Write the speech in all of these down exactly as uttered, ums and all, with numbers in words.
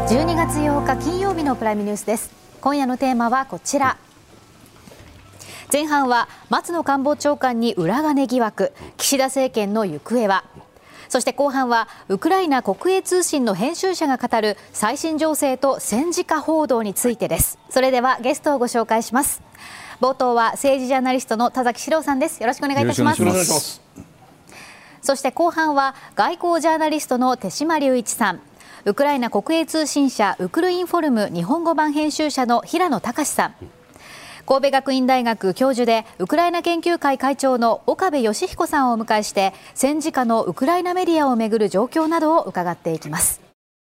じゅうにがつようか金曜日のプライムニュースです。今夜のテーマはこちら。前半は松野官房長官に裏金疑惑、岸田政権の行方は。そして後半はウクライナ国営通信の編集者が語る最新情勢と戦時下報道についてです。それではゲストをご紹介します。冒頭は政治ジャーナリストの田崎史郎さんです。よろしくお願いいたします。 よろしくお願いします。 そして後半は外交ジャーナリストの手島隆一さん、ウクライナ国営通信社ウクルインフォルム日本語版編集者の平野隆さん、神戸学院大学教授でウクライナ研究会会長の岡部義彦さんをお迎えして戦時下のウクライナメディアをめぐる状況などを伺っていきます。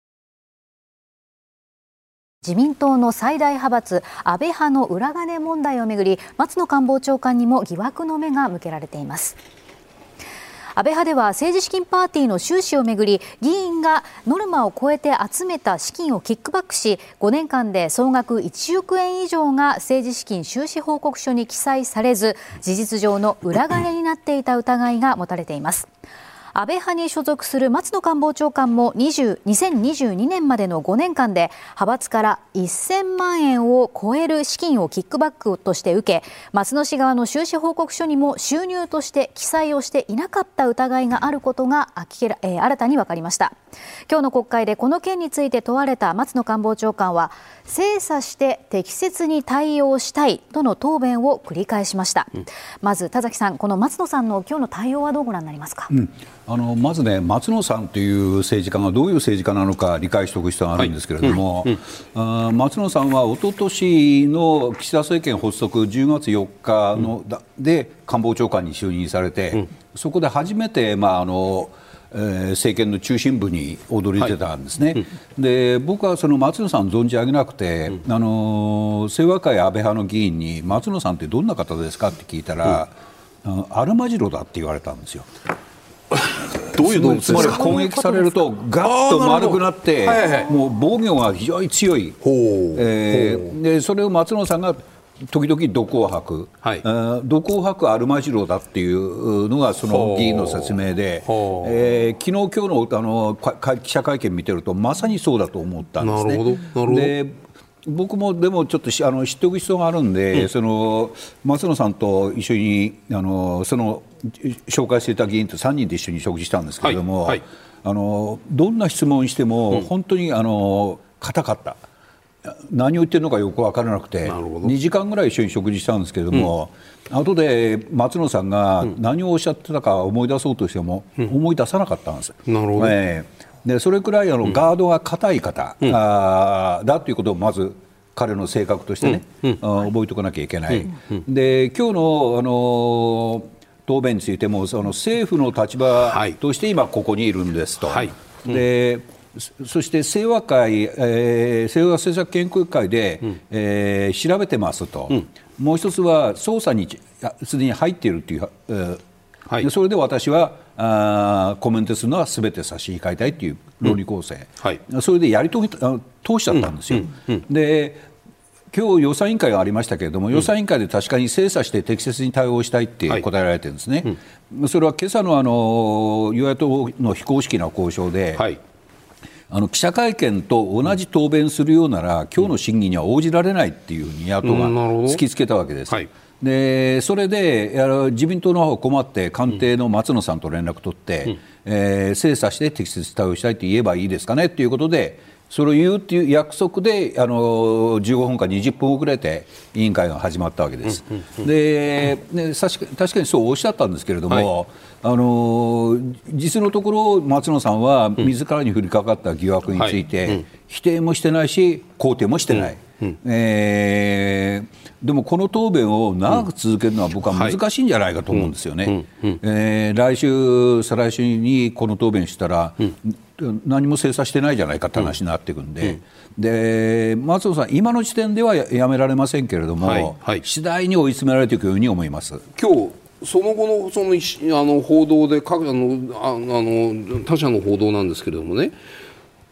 自民党の最大派閥安倍派の裏金問題をめぐり、松野官房長官にも疑惑の目が向けられています。安倍派では政治資金パーティーの収支をめぐり、議員がノルマを超えて集めた資金をキックバックし、ごねんかんで総額いちおくえん以上が政治資金収支報告書に記載されず、事実上の裏金になっていた疑いが持たれています。安倍派に所属する松野官房長官もにせんにじゅうにねんまでのごねんかんで派閥からせんまんえんを超える資金をキックバックとして受け、松野氏側の収支報告書にも収入として記載をしていなかった疑いがあることが明ら、えー、新たに分かりました。今日の国会でこの件について問われた松野官房長官は、精査して適切に対応したいとの答弁を繰り返しました。うん、まず田崎さん、この松野さんの今日の対応はどうご覧になりますか。 うん、あのまずね、松野さんという政治家がどういう政治家なのか理解しておく必要があるんですけれども、はいうん、あ松野さんは一昨年の岸田政権発足じゅうがつよっかの、うん、で官房長官に就任されて、うん、そこで初めて、まああのえー、政権の中心部に躍り出たんですね。はいうん、で僕はその松野さん存じ上げなくて、うん、あの清和会安倍派の議員に松野さんってどんな方ですかって聞いたら、うん、あのアルマジロだって言われたんですよ。 どういう動物ですか。 つまり攻撃されるとガッと丸くなって、はいはい、もう防御が非常に強い、えー、でそれを松野さんが時々毒を吐く、はい、毒を吐くアルマジロだっていうのがその議員の説明で、えー、昨日今日 の, あの記者会見見てるとまさにそうだと思ったんですね。 なるほどなるほど。で僕もでもちょっとあの知っておく必要があるんで、うん、その松野さんと一緒にあのその紹介していた議員とさんにんで一緒に食事したんですけれども、はいはい、あのどんな質問しても本当にあの硬かった。何を言ってるのかよく分からなくてにじかんぐらい一緒に食事したんですけれども、うん、後で松野さんが何をおっしゃってたか思い出そうとしても思い出さなかったんです。 うん、なるほど。 えー、でそれくらいあの、うん、ガードが硬い方、うん、あだということをまず彼の性格としてね、うんうん、覚えておかなきゃいけない。うんうん、で今日の、あの答弁についてもその政府の立場として今ここにいるんですと。はいうん、でそして清和会、えー、清和政策研究会で、うんえー、調べてますと、うん、もう一つは捜査にすでに入っているという、えーはい、でそれで私はあコメントするのはすべて差し控えたいという論理構成、うんはい、それでやり通しちゃったんですよ。うんうんうん、で今日予算委員会がありましたけれども、うん、予算委員会で確かに精査して適切に対応したいって答えられてるんですね。はいうん、それは今朝の、あの与野党の非公式な交渉で、はいあの記者会見と同じ答弁するようなら、うん、今日の審議には応じられないっていうふうに野党が突きつけたわけです。はい、でそれで自民党の方が困って官邸の松野さんと連絡取って、うんえー、精査して適切に対応したいと言えばいいですかねということで、それを言うという約束であのじゅうごふんかにじゅっぷん遅れて委員会が始まったわけです。うんうんうん、でで確かにそうおっしゃったんですけれども、はいあの実のところ松野さんは自らに降りかかった疑惑について、うんはいうん、否定もしてないし肯定もしてない。うんうんえー、でもこの答弁を長く続けるのは僕は難しいんじゃないかと思うんですよね。えー、来週再来週にこの答弁したら、うん、何も精査してないじゃないかって話になっていくんで、うん、で松野さん今の時点では や, やめられませんけれども、はいはい、次第に追い詰められていくように思います。 今日その後 の, そのあの報道で各あのああの他社の報道なんですけれどもね、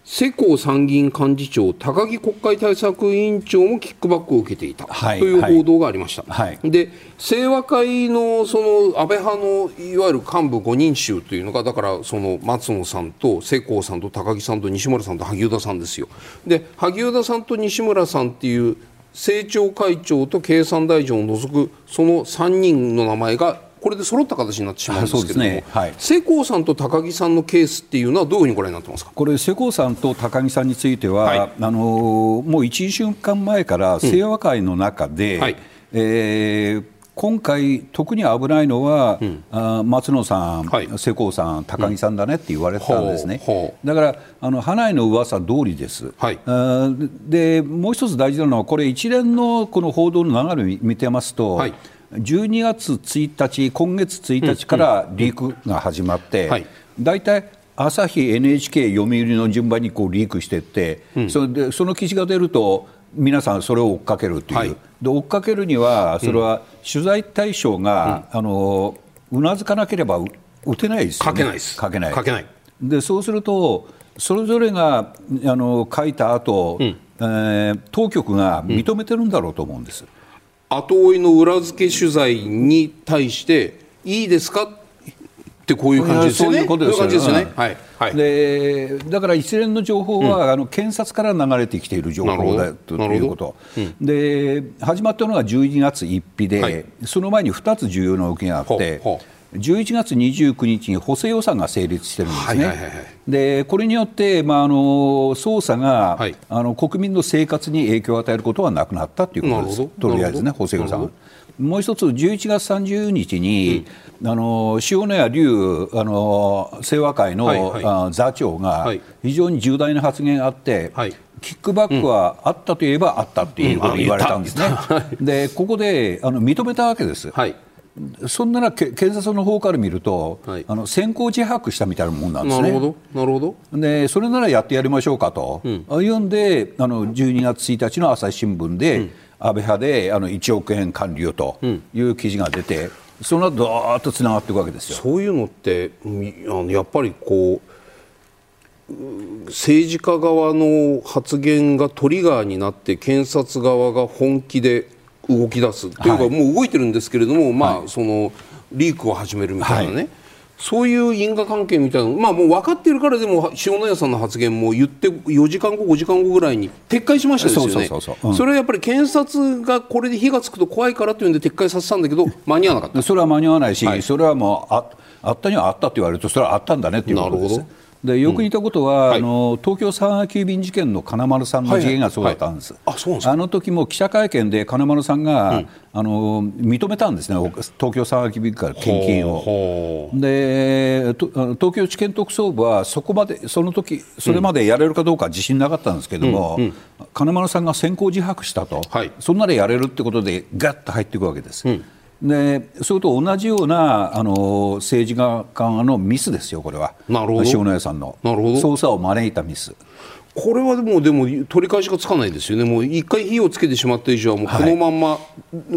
世耕参議院幹事長、高木国会対策委員長もキックバックを受けていた、はい、という報道がありました、はい、で清和会 の, その安倍派のいわゆる幹部ごにん衆というのが、だからその松野さんと世耕さんと高木さんと西村さんと萩生田さんですよ。で萩生田さんと西村さんっていう政調会長と経産大臣を除くそのさんにんの名前がこれで揃った形になってしまうんですけども、ね、はい、世耕さんと高木さんのケースっていうのはどういうふうにご覧になってますか。 これ世耕さんと高木さんについては、はい、あのもういち、にしゅうかんまえから清和会の中で、うん、はい、えー今回、特に危ないのは、うん、あ松野さん、はい、世耕さん、高木さんだねって言われてたんですね、うん、だからあの派内の噂通りです、はい、あでもう一つ大事なのは、これ、一連のこの報道の流れを見てますと、はい、じゅうにがつついたち、今月ついたちからリークが始まって、大体、朝日、エヌエイチケー、読売の順番にこうリークしていって、うん、それでその記事が出ると、皆さんそれを追っかけるという、はい、で追っかけるにはそれは取材対象が、うん、あのうなずかなければ打てないですよね。 書けないです。 書けない。 書けない。 でそうするとそれぞれがあの書いた後、うん、えー、当局が認めてるんだろうと思うんです、 うん、後追いの裏付け取材に対していいですかってこういう感じですよね。 そういうことですよね。はいはい、でだから一連の情報は、うん、あの検察から流れてきている情報だということ、うん、で始まったのがじゅういちがつついたちで、はい、その前にふたつ重要な動きがあって、ほうほう、じゅういちがつにじゅうくにちに補正予算が成立してるんですね、はいはいはいはい、でこれによって、まあ、あの捜査が、はい、あの国民の生活に影響を与えることはなくなったということです。とりあえずね、補正予算。もう一つ、じゅういちがつさんじゅうにちに、うん、あの塩谷龍あの清和会の、はいはい、座長が非常に重大な発言があって、はい、キックバックはあったといえばあったということを言われたんですね、うん、でここであの認めたわけです、はい、そんなら検察の方から見ると、はい、あの先行自白したみたいなもんなんですね。 なるほどなるほど。 でそれならやってやりましょうかと、うん、いうんであのじゅうにがつついたちの朝日新聞で、うん、安倍派であのいちおくえん還流という記事が出て、うん、その後どーっとつながっていくわけですよ。 そういうのってあのやっぱりこう政治家側の発言がトリガーになって検察側が本気で動き出すというか、はい、もう動いてるんですけれども、まあはい、そのリークを始めるみたいなね、はい、そういう因果関係みたいな、まあ、もう分かっているからでも塩谷さんの発言も言ってよじかんごごじかんごぐらいに撤回しましたですよね。そうそうそうそう、うん、それはやっぱり検察がこれで火がつくと怖いからというんで撤回させたんだけど間に合わなかった。 それは間に合わないし、はい、それはもう あ, あったにはあったと言われるとそれはあったんだねということです。でよく似たことは、うん、はい、あの東京佐川急便事件の金丸さんの事件がそうだったんです。はいはいはい、あ、そうなんですか。あの時も記者会見で金丸さんが、うん、あの認めたんですね、東京佐川急便から献金を。で東京地検特捜部はそこまでその時それまでやれるかどうか自信なかったんですけども、うんうん、金丸さんが先行自白したと、はい、そんならやれるってことでガッと入っていくわけです。うん、でそれと同じようなあの政治家側のミスですよ、これは。 なるほど。 塩谷さんの捜査を招いたミス。 これはでもでも取り返しがつかないですよね。もう一回火をつけてしまった以上はもうこのまんま、はい、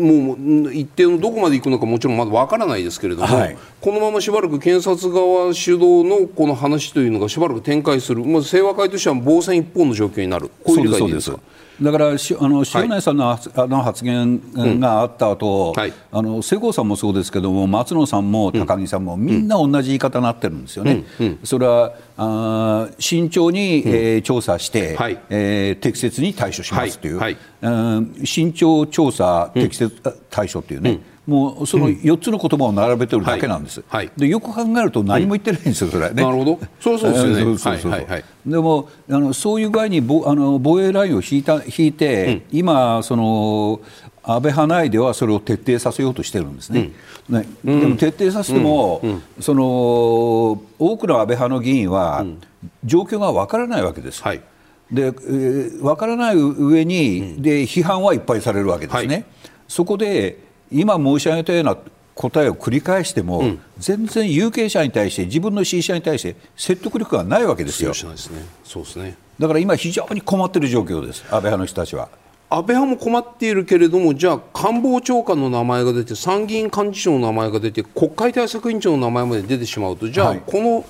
もう一定のどこまで行くのかもちろんまだわからないですけれども、はい、このまましばらく検察側主導のこの話というのがしばらく展開する、まあ、清和会としては防戦一方の状況になる、こういう理解でいいですか。 だからしあの塩谷さんの、はい、あの発言があった後、うん、はい、あの世耕さんもそうですけども松野さんも高木さんも、うん、みんな同じ言い方になってるんですよね。うんうん、それはあ慎重に、うん、えー、調査して、はい、えー、適切に対処しますという、はいはい、慎重調査適切対処というね、うん、もうそのよっつの言葉を並べてるだけなんです。はいはい、でよく考えると何も言ってないんですよ、それはね。なるほど、 そうそうですよね。そうそうそう、はいはいはい、でもあのそういう具合にぼあの防衛ラインを引いた引いて、うん、今その安倍派内ではそれを徹底させようとしてるんですね。うん、ね、でも徹底させても、うんうん、その多くの安倍派の議員は、うん、状況が分からないわけです。はい、で、えー、分からない上に、うん、で批判はいっぱいされるわけですね。はい、そこで今申し上げたような答えを繰り返しても、うん、全然有権者に対して自分の支持者に対して説得力がないわけですよ。 そうですね。そうですね。 だから今非常に困っている状況です、安倍派の人たちは。 安倍派も困っているけれども、じゃあ官房長官の名前が出て参議院幹事長の名前が出て国会対策委員長の名前まで出てしまうと、じゃあこの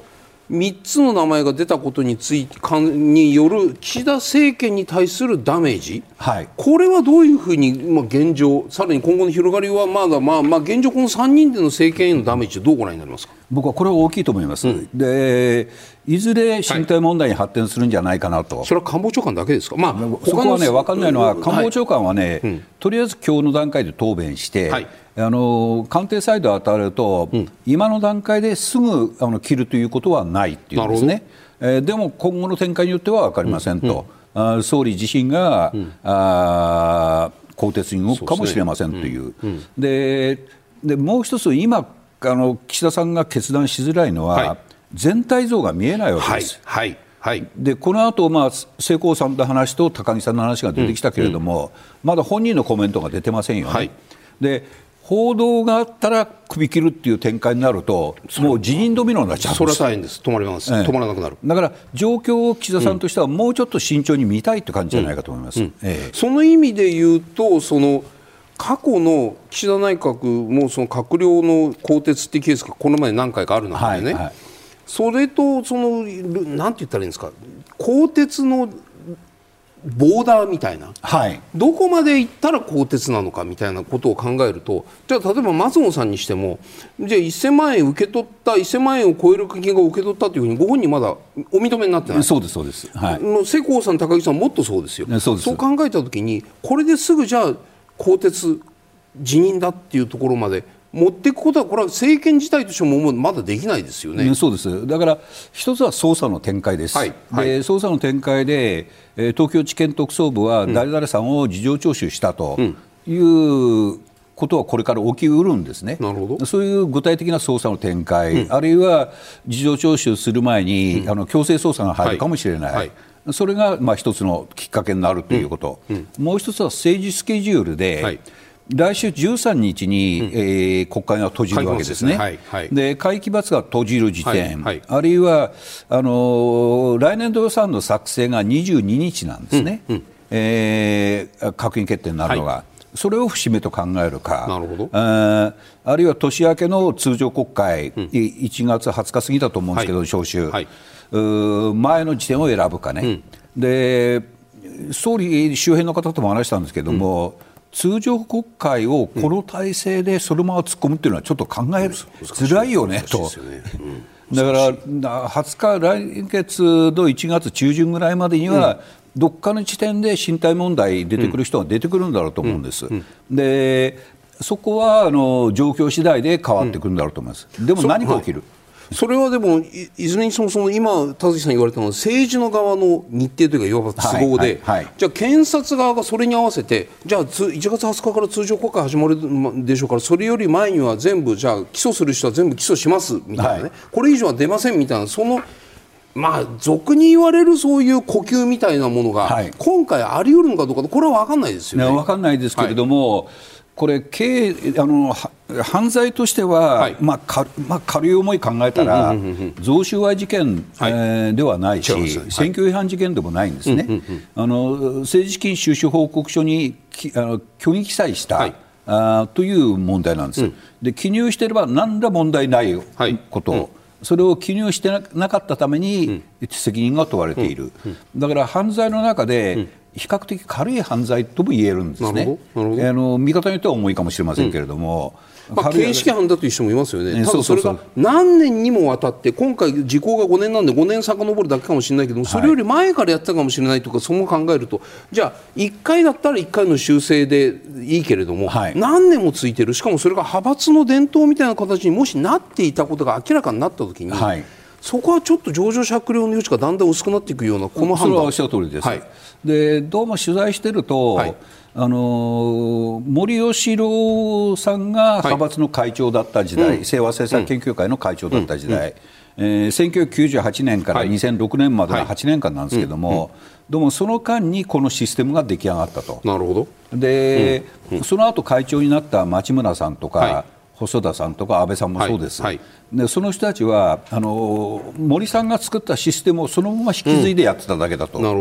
みっつの名前が出たことについてによる岸田政権に対するダメージ、はい、これはどういうふうに、まあ、現状、さらに今後の広がりはまだ、まあまあ、現状このさんにんでの政権へのダメージはどうご覧になりますか。 僕はこれは大きいと思います、うん、でいずれ身体問題に発展するんじゃないかなと、はい、 それは官房長官だけですか。まあ、 そこはね分かんないのは、官房長官はね、はい、とりあえず今日の段階で答弁して、はい、あの官邸サイドを当たると、うん、今の段階ですぐあの切るということはないっていうんですね、えー、でも今後の展開によっては分かりませんと、うんうん、あ総理自身が、うん、あ更迭に動くかもしれませんという、うんうん、で, でもう一つ今あの岸田さんが決断しづらいのは、はい、全体像が見えないわけです、はいはいはい、でこの後、まあ世耕さんの話と高木さんの話が出てきたけれども、うんうん、まだ本人のコメントが出てませんよね、はい、で報道があったら首切るっていう展開になるともう辞任ドミノになっちゃうんです。 それは大変です。止まります、ええ、止まらなくなる。 だから状況を岸田さんとしてはもうちょっと慎重に見たいって感じじゃないかと思います、うんうんええ、その意味で言うとその過去の岸田内閣もその閣僚の更迭ってケースがこの前何回かある中でね、はいはい、それとそのなんて言ったらいいんですか、更迭のボーダーみたいな、はい、どこまで行ったら更迭なのかみたいなことを考えると、じゃあ例えば松野さんにしてもじゃあせんまんえん受け取ったせんまんえんを超える金額を受け取ったというふうにご本人まだお認めになってない。 そうですそうです、はい、 の世耕さん高木さんもっとそうですよ。そうです。そう考えたときにこれですぐじゃあ更迭辞任だっていうところまで持っていくことはこれは政権自体としてももうまだできないですよね。 そうです。だから一つは捜査の展開です、はいはい、で捜査の展開で、えー、東京地検特捜部は誰々さんを事情聴取したということはこれから起きうるんですね。なるほど。そういう具体的な捜査の展開、うん、あるいは事情聴取する前に、うん、あの強制捜査が入るかもしれない、はいはい、それがまあ一つのきっかけになるということ、うんうん、もう一つは政治スケジュールで、はい、来週じゅうさんにちに、うんえー、国会が閉じるわけですね。はいはい、で会期末が閉じる時点、はいはい、あるいはあのー、来年度予算の作成がにじゅうににちなんですね、うんうんえー、閣議決定になるのが、はい、それを節目と考えるか、なるほど。あ, あるいは年明けの通常国会、うん、いちがつはつか過ぎだと思うんですけど、はい、召集、はい、う前の時点を選ぶかね、うん、で総理周辺の方とも話したんですけども、うん通常国会をこの体制でそのまま突っ込むっていうのはちょっと考えづらいよねと。だからはつか来月のいちがつ中旬ぐらいまでにはどっかの時点で身体問題出てくる人が出てくるんだろうと思うんです。でそこはあの状況次第で変わってくるんだろうと思います。でも何が起きる？ それはでも い, いずれにしてもその今田崎さん言われたのは政治の側の日程というかいわば都合で、はいはいはい、じゃあ検察側がそれに合わせてじゃあいちがつはつかから通常国会始まるでしょうからそれより前には全部じゃあ起訴する人は全部起訴しますみたいなね、はい、これ以上は出ませんみたいなそのまあ俗に言われるそういう呼吸みたいなものが、はい、今回あり得るのかどうかこれは分かんないですよね。 分かんないですけれども、はいこれ刑あの犯罪としては、はいまあかまあ、軽い思い考えたら、うんうんうんうん、贈収賄事件、はいえー、ではないし、はい、選挙違反事件でもないんですね、うんうんうん、あの政治資金収支報告書にあの虚偽記載した、はい、あという問題なんです、うん、で記入していれば何ら問題ないこと、はいうん、それを記入してなかったために、うん、責任が問われている、うんうん、だから犯罪の中で、うん比較的軽い犯罪とも言えるんですね。なるほどなるほどあの見方によっては重いかもしれませんけれども、 うんまあ、形式犯だという人もいますよね。ただそれが何年にもわたって今回時効がごねんなんでごねん遡るだけかもしれないけどもそれより前からやってたかもしれないとかその考えるとじゃあいっかいだったらいっかいの修正でいいけれども、はい、何年もついてるしかもそれが派閥の伝統みたいな形にもしなっていたことが明らかになったときに、はいそこはちょっと情状酌量の余地がだんだん薄くなっていくようなこの判断。それはおっしゃる通りです、はい、でどうも取材していると、はい、あの森喜朗さんが派閥の会長だった時代、はい、清和政策研究会の会長だった時代、うんうんえー、せんきゅうひゃくきゅうじゅうはちねんからにせんろくねんまでのはちねんかんなんですけども、はいうんうん、どうもその間にこのシステムが出来上がったと。 なるほどで、うんうん、その後会長になった町村さんとか、はい細田さんとか安倍さんもそうです、はいはい、でその人たちはあの森さんが作ったシステムをそのまま引き継いでやってただけだと、うん、なるほど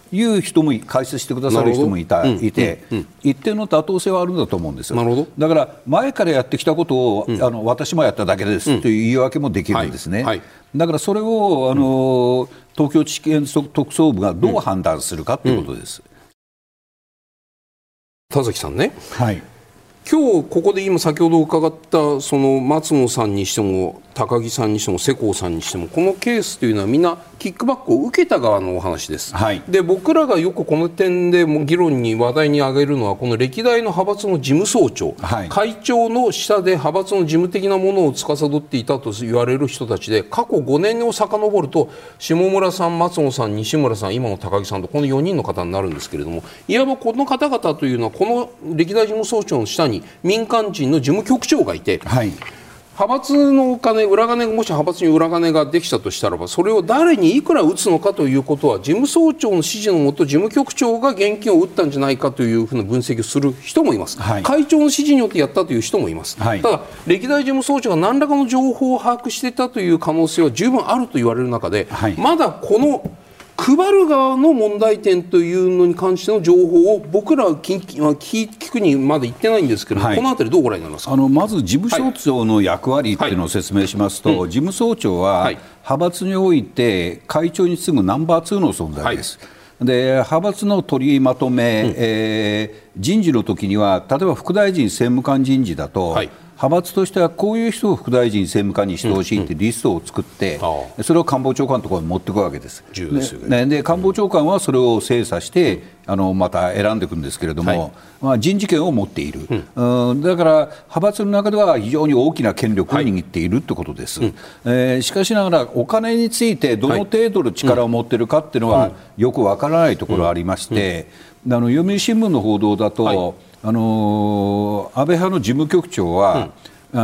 いう人も解説してくださる人もいた、うん、いて、うん、一定の妥当性はあるんだと思うんですよ。 なるほど。 だから前からやってきたことを、うん、あの私もやっただけですという言い訳もできるんですね、うんはいはい、だからそれをあの、うん、東京地検特捜部がどう判断するかということです、うん、 田崎さんね、 はい、 今日ここで今先ほど伺ったその松野さんにしても高木さんにしても世耕さんにしてもこのケースというのはみんなキックバックを受けた側のお話です、はい、で僕らがよくこの点でも議論に話題に挙げるのはこの歴代の派閥の事務総長、はい、会長の下で派閥の事務的なものを司っていたと言われる人たちで過去ごねんを遡ると下村さん、松野さん、西村さん、今の高木さんとこのよにんの方になるんですけれども、いわばこの方々というのはこの歴代事務総長の下に民間人の事務局長がいて、はい、派閥のお金、裏金がもし派閥に裏金ができたとしたらばそれを誰にいくら打つのかということは事務総長の指示のもと事務局長が現金を打ったんじゃないかというふうな分析をする人もいます、はい、会長の指示によってやったという人もいます、はい、ただ歴代事務総長が何らかの情報を把握していたという可能性は十分あると言われる中で、はい、まだこの配る側の問題点というのに関しての情報を僕らは聞, 聞くにまで言ってないんですけど、はい、このあたりどうご覧になりますか。 あのまず事務総長の役割というのを説明しますと、はいはい、事務総長は派閥において会長に次ぐナンバーツーの存在です、はい、で派閥の取りまとめ、うんえー、人事の時には例えば副大臣政務官人事だと、はい派閥としてはこういう人を副大臣政務官にしてほしいというリストを作って、うんうん、それを官房長官のところに持っていくわけです。 重要ですよね。 で、で官房長官はそれを精査して、うん、あのまた選んでいくんですけれども、はいまあ、人事権を持っている、うんうん、だから派閥の中では非常に大きな権力を握っているということです、はいうんえー、しかしながらお金についてどの程度の力を持っているかというのはよくわからないところがありまして、うんうん、あの読売新聞の報道だと、はいあのー、安倍派の事務局長は、うん、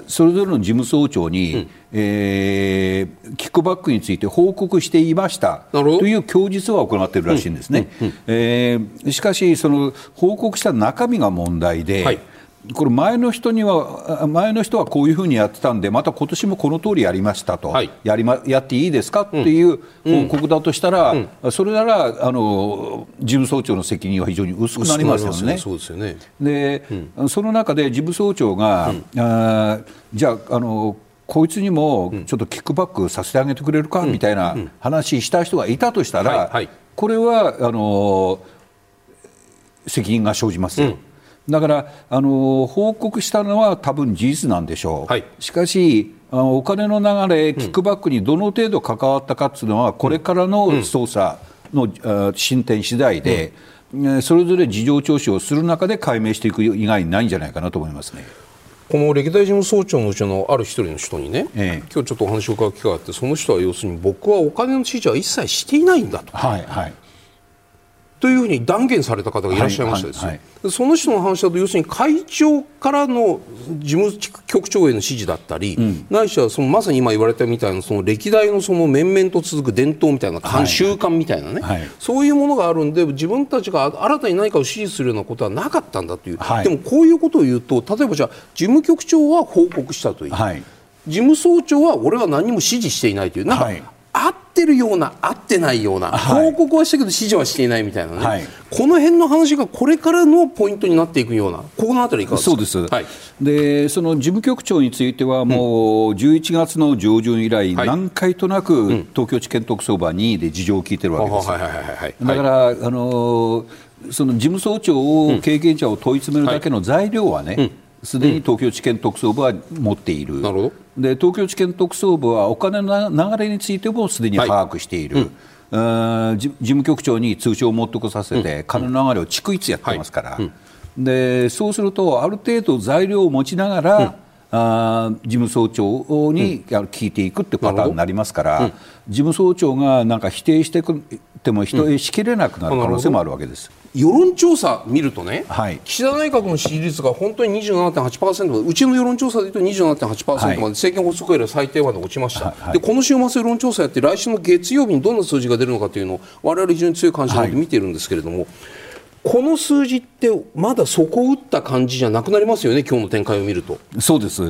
それぞれの事務総長に、うんえー、キックバックについて報告していましたという供述は行っているらしいんですね、うんうんうんえー、しかしその報告した中身が問題で、はいこれ前の人には前の人はこういうふうにやってたんでまた今年もこの通りやりましたと、はい、やりまやっていいですかっていう報告だとしたら、うんうん、それならあの事務総長の責任は非常に薄くなりますよね。 そうですよね。 で、うん、その中で事務総長が、うん、あじゃあ、あのこいつにもちょっとキックバックさせてあげてくれるか、うん、みたいな話した人がいたとしたら、はいはい、これはあの責任が生じますよ、うんだからあの報告したのは多分事実なんでしょう、はい、しかしあのお金の流れ、キックバックにどの程度関わったかというのは、うん、これからの捜査の、うん、進展次第で、うん、それぞれ事情聴取をする中で解明していく以外にないんじゃないかなと思いますね。 この歴代事務総長のうちのある一人の人にね、ええ、今日ちょっとお話を伺う機会があってその人は要するに僕はお金の指示は一切していないんだと。 はいはいというふうに断言された方がいらっしゃいましたですよ、はいはいはい、その人の話だと要するに会長からの事務局長への指示だったり、うん、ないしはそのまさに今言われたみたいなその歴代のその面々と続く伝統みたいな、はい、習慣みたいなね、はい、そういうものがあるんで自分たちが新たに何かを指示するようなことはなかったんだという、はい、でもこういうことを言うと例えばじゃあ事務局長は報告したという、はい、事務総長は俺は何も指示していないというなんか、はい合ってるような合ってないような、はい、報告はしたけど指示はしていないみたいなね、はい、この辺の話がこれからのポイントになっていくようなこのあたりいかがですか。 そうです、はい、でその事務局長についてはもうじゅういちがつの上旬以来、うん、何回となく東京地検特捜部は任意で事情を聞いてるわけです、はいはいはいはい、だから、あのー、その事務総長を経験者を問い詰めるだけの材料はね、うんすでに東京地検特捜部は持っている、うん、なるほど。で東京地検特捜部はお金の流れについてもすでに把握している、はいうん、事務局長に通帳を持ってこさせて、うん、金の流れを逐一やってますから、はいうん、でそうするとある程度材料を持ちながら、うんあ事務総長に聞いていくってパターンになりますから、うん、事務総長がなんか否定してくっても否定しきれなくなる可能性もあるわけです、 うん、世論調査見るとね、はい、岸田内閣の支持率が本当に にじゅうななてんはちパーセント までうちの世論調査でいうと にじゅうななてんはちパーセント まで、はい、政権発足以来最低まで落ちました、はいはい、でこの週末世論調査やって来週の月曜日にどんな数字が出るのかというのを我々非常に強い関心を持って見ているんですけれども、はいこの数字ってまだ底を打った感じじゃなくなりますよね今日の展開を見ると。 そうです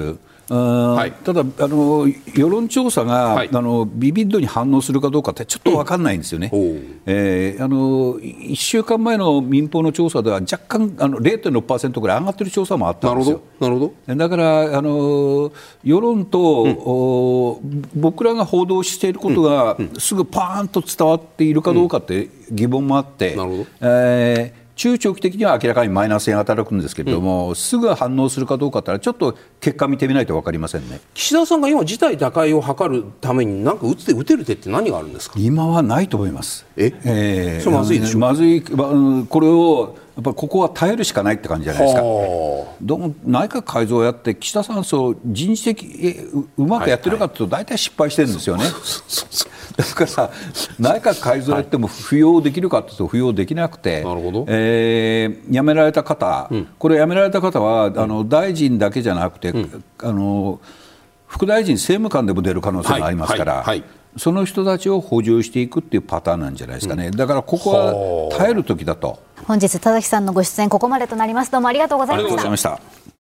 はい、ただあの、世論調査が、はい、あのビビッドに反応するかどうかってちょっと分かんないんですよね。うんえー、あのいっしゅうかんまえの民放の調査では若干あの れいてんろくパーセント ぐらい上がってる調査もあったんですよ。 なるほど。 だからあの世論と、うん、僕らが報道していることが、うん、すぐパーンと伝わっているかどうかって疑問もあって、なるほど、えー中長期的には明らかにマイナスに働くんですけれども、うん、すぐ反応するかどうかってちょっと結果見てみないと分かりませんね。 岸田さんが今事態打開を図るために何か打つ手打てる手って何があるんですか。 今はないと思います。 え、えー、それまずいでしょ。 まずい、これをやっぱここは耐えるしかないって感じじゃないですか。どうも内閣改造をやって岸田さんそう人事的う, うまくやってるかというと大体失敗してるんですよね。だから内閣改造やっても扶養できるかというと扶養できなくて、なるほど、えー、辞められた方、うん、これ辞められた方は、うん、あの大臣だけじゃなくて、うん、あの副大臣政務官でも出る可能性がありますから、はいはいはい、その人たちを補充していくっていうパターンなんじゃないですかね。だからここは耐える時だと。 本日田崎さんのご出演ここまでとなります。どうもありがとうございました。ありがとうございました。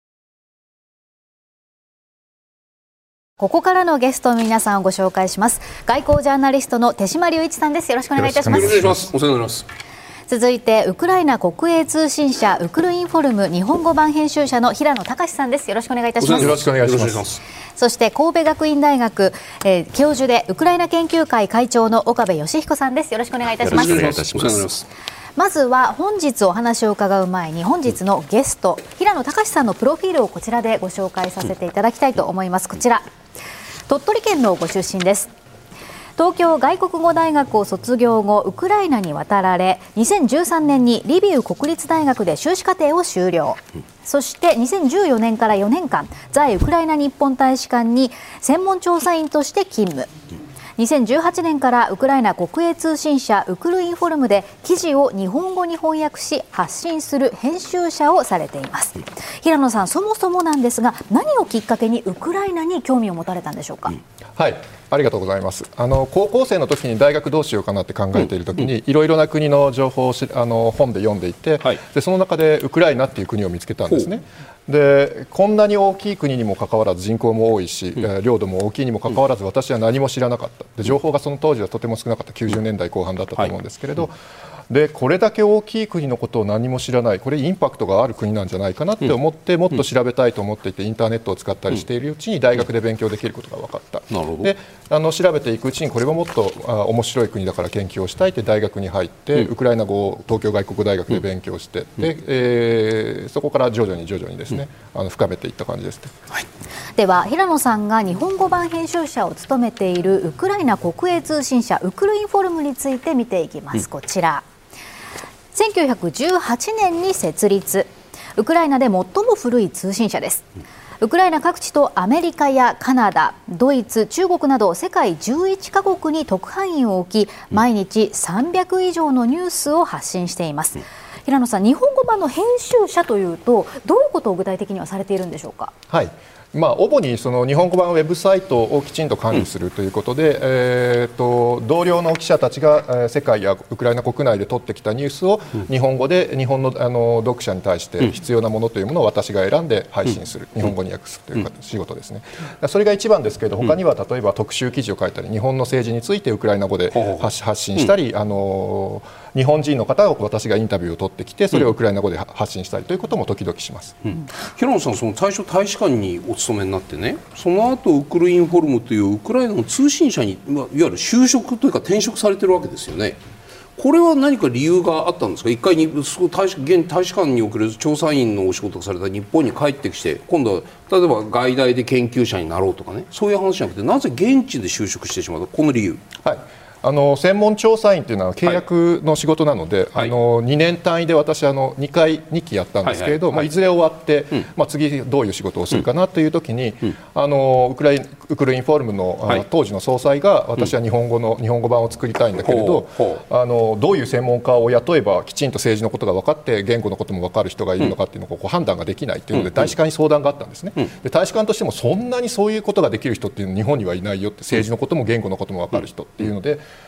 ここからのゲストの皆さんをご紹介します。外交ジャーナリストの手嶋龍一さんです。よろしくお願いいたします。 よろしくお願いします。お世話になります。 続いてウクライナ国営通信社ウクルインフォルム日本語版編集者の平野隆さんです。よろしくお願いいたします。 よろしくお願いします。 そして神戸学院大学、えー、教授でウクライナ研究会会長の岡部義彦さんです。よろしくお願いいたします。よろしくお願いいたします。まずは本日お話を伺う前に本日のゲスト平野隆さんのプロフィールをこちらでご紹介させていただきたいと思います。こちら鳥取県のご出身です。東京外国語大学を卒業後ウクライナに渡られにせんじゅうさんねんにリビウ国立大学で修士課程を修了、うん、そしてにせんじゅうよねんからよねんかん在ウクライナ日本大使館に専門調査員として勤務、にせんじゅうはちねんからウクライナ国営通信社ウクルインフォルムで記事を日本語に翻訳し発信する編集者をされています。平野さん、そもそもなんですが何をきっかけにウクライナに興味を持たれたんでしょうか。うん、 はい、ありがとうございます。あの高校生の時に大学どうしようかなって考えている時に、うん、いろいろな国の情報をしあの本で読んでいて、はい、でその中でウクライナっていう国を見つけたんですね。でこんなに大きい国にもかかわらず人口も多いし、うん、領土も大きいにもかかわらず私は何も知らなかった。で情報がその当時はとても少なかった。きゅうじゅうねんだいこう半だったと思うんですけれど、はい、でこれだけ大きい国のことを何も知らない、これインパクトがある国なんじゃないかなって思って、うん、もっと調べたいと思っていてインターネットを使ったりしているうちに大学で勉強できることが分かった。なるほど。であの調べていくうちにこれはもっとあ面白い国だから研究をしたいって大学に入って、うん、ウクライナ語を東京外国大学で勉強して、うん、でえー、そこから徐々に徐々にですね、うん、あの深めていった感じです、ね。はい、 では平野さんが日本語版編集者を務めているウクライナ国営通信社ウクルインフォルムについて見ていきます。うん、こちらせんきゅうひゃくじゅうはちねんに設立、ウクライナで最も古い通信社です。ウクライナ各地とアメリカやカナダ、ドイツ、中国など世界じゅういちかこくに特派員を置き毎日さんびゃくいじょうのニュースを発信しています。平野さん、日本語版の編集者というとどういうことを具体的にはされているんでしょうか。 はい、まあ、主にその日本語版ウェブサイトをきちんと管理するということで、うん、えー、と同僚の記者たちが、えー、世界やウクライナ国内で取ってきたニュースを日本語で日本の、あの読者に対して必要なものというものを私が選んで配信する、うん、日本語に訳すという仕事ですね。それが一番ですけれど、他には例えば特集記事を書いたり日本の政治についてウクライナ語で発信したり、うん、あの日本人の方を私がインタビューを取ってきてそれをウクライナ語で発信したりということも時々します。うん、 平野さん、その最初大使館にお勤めになってね、その後ウクルインフォルムというウクライナの通信社にいわゆる就職というか転職されてるわけですよね。これは何か理由があったんですか。一回に大使現大使館に送る調査員のお仕事をされた日本に帰ってきて今度は例えば外大で研究者になろうとかね、そういう話じゃなくてなぜ現地で就職してしまうこの理由。 はい、あの専門調査員というのは契約の仕事なので、はい、あのにねん単位で私あのにかいにきやったんですけれど、はいはいはい、まあ、いずれ終わって、うん、まあ、次どういう仕事をするかなというときに、うん、あのウクライウクルインフォルムの、はい、当時の総裁が私は日本語の、うん、日本語版を作りたいんだけれど、あのどういう専門家を雇えばきちんと政治のことが分かって言語のことも分かる人がいるのかっていうのをこう判断ができないというので大使館に相談があったんですね。うん、で大使館としてもそんなにそういうことができる人っていうの日本にはいないよって、政治のことも言語のことも分かる人っていうので、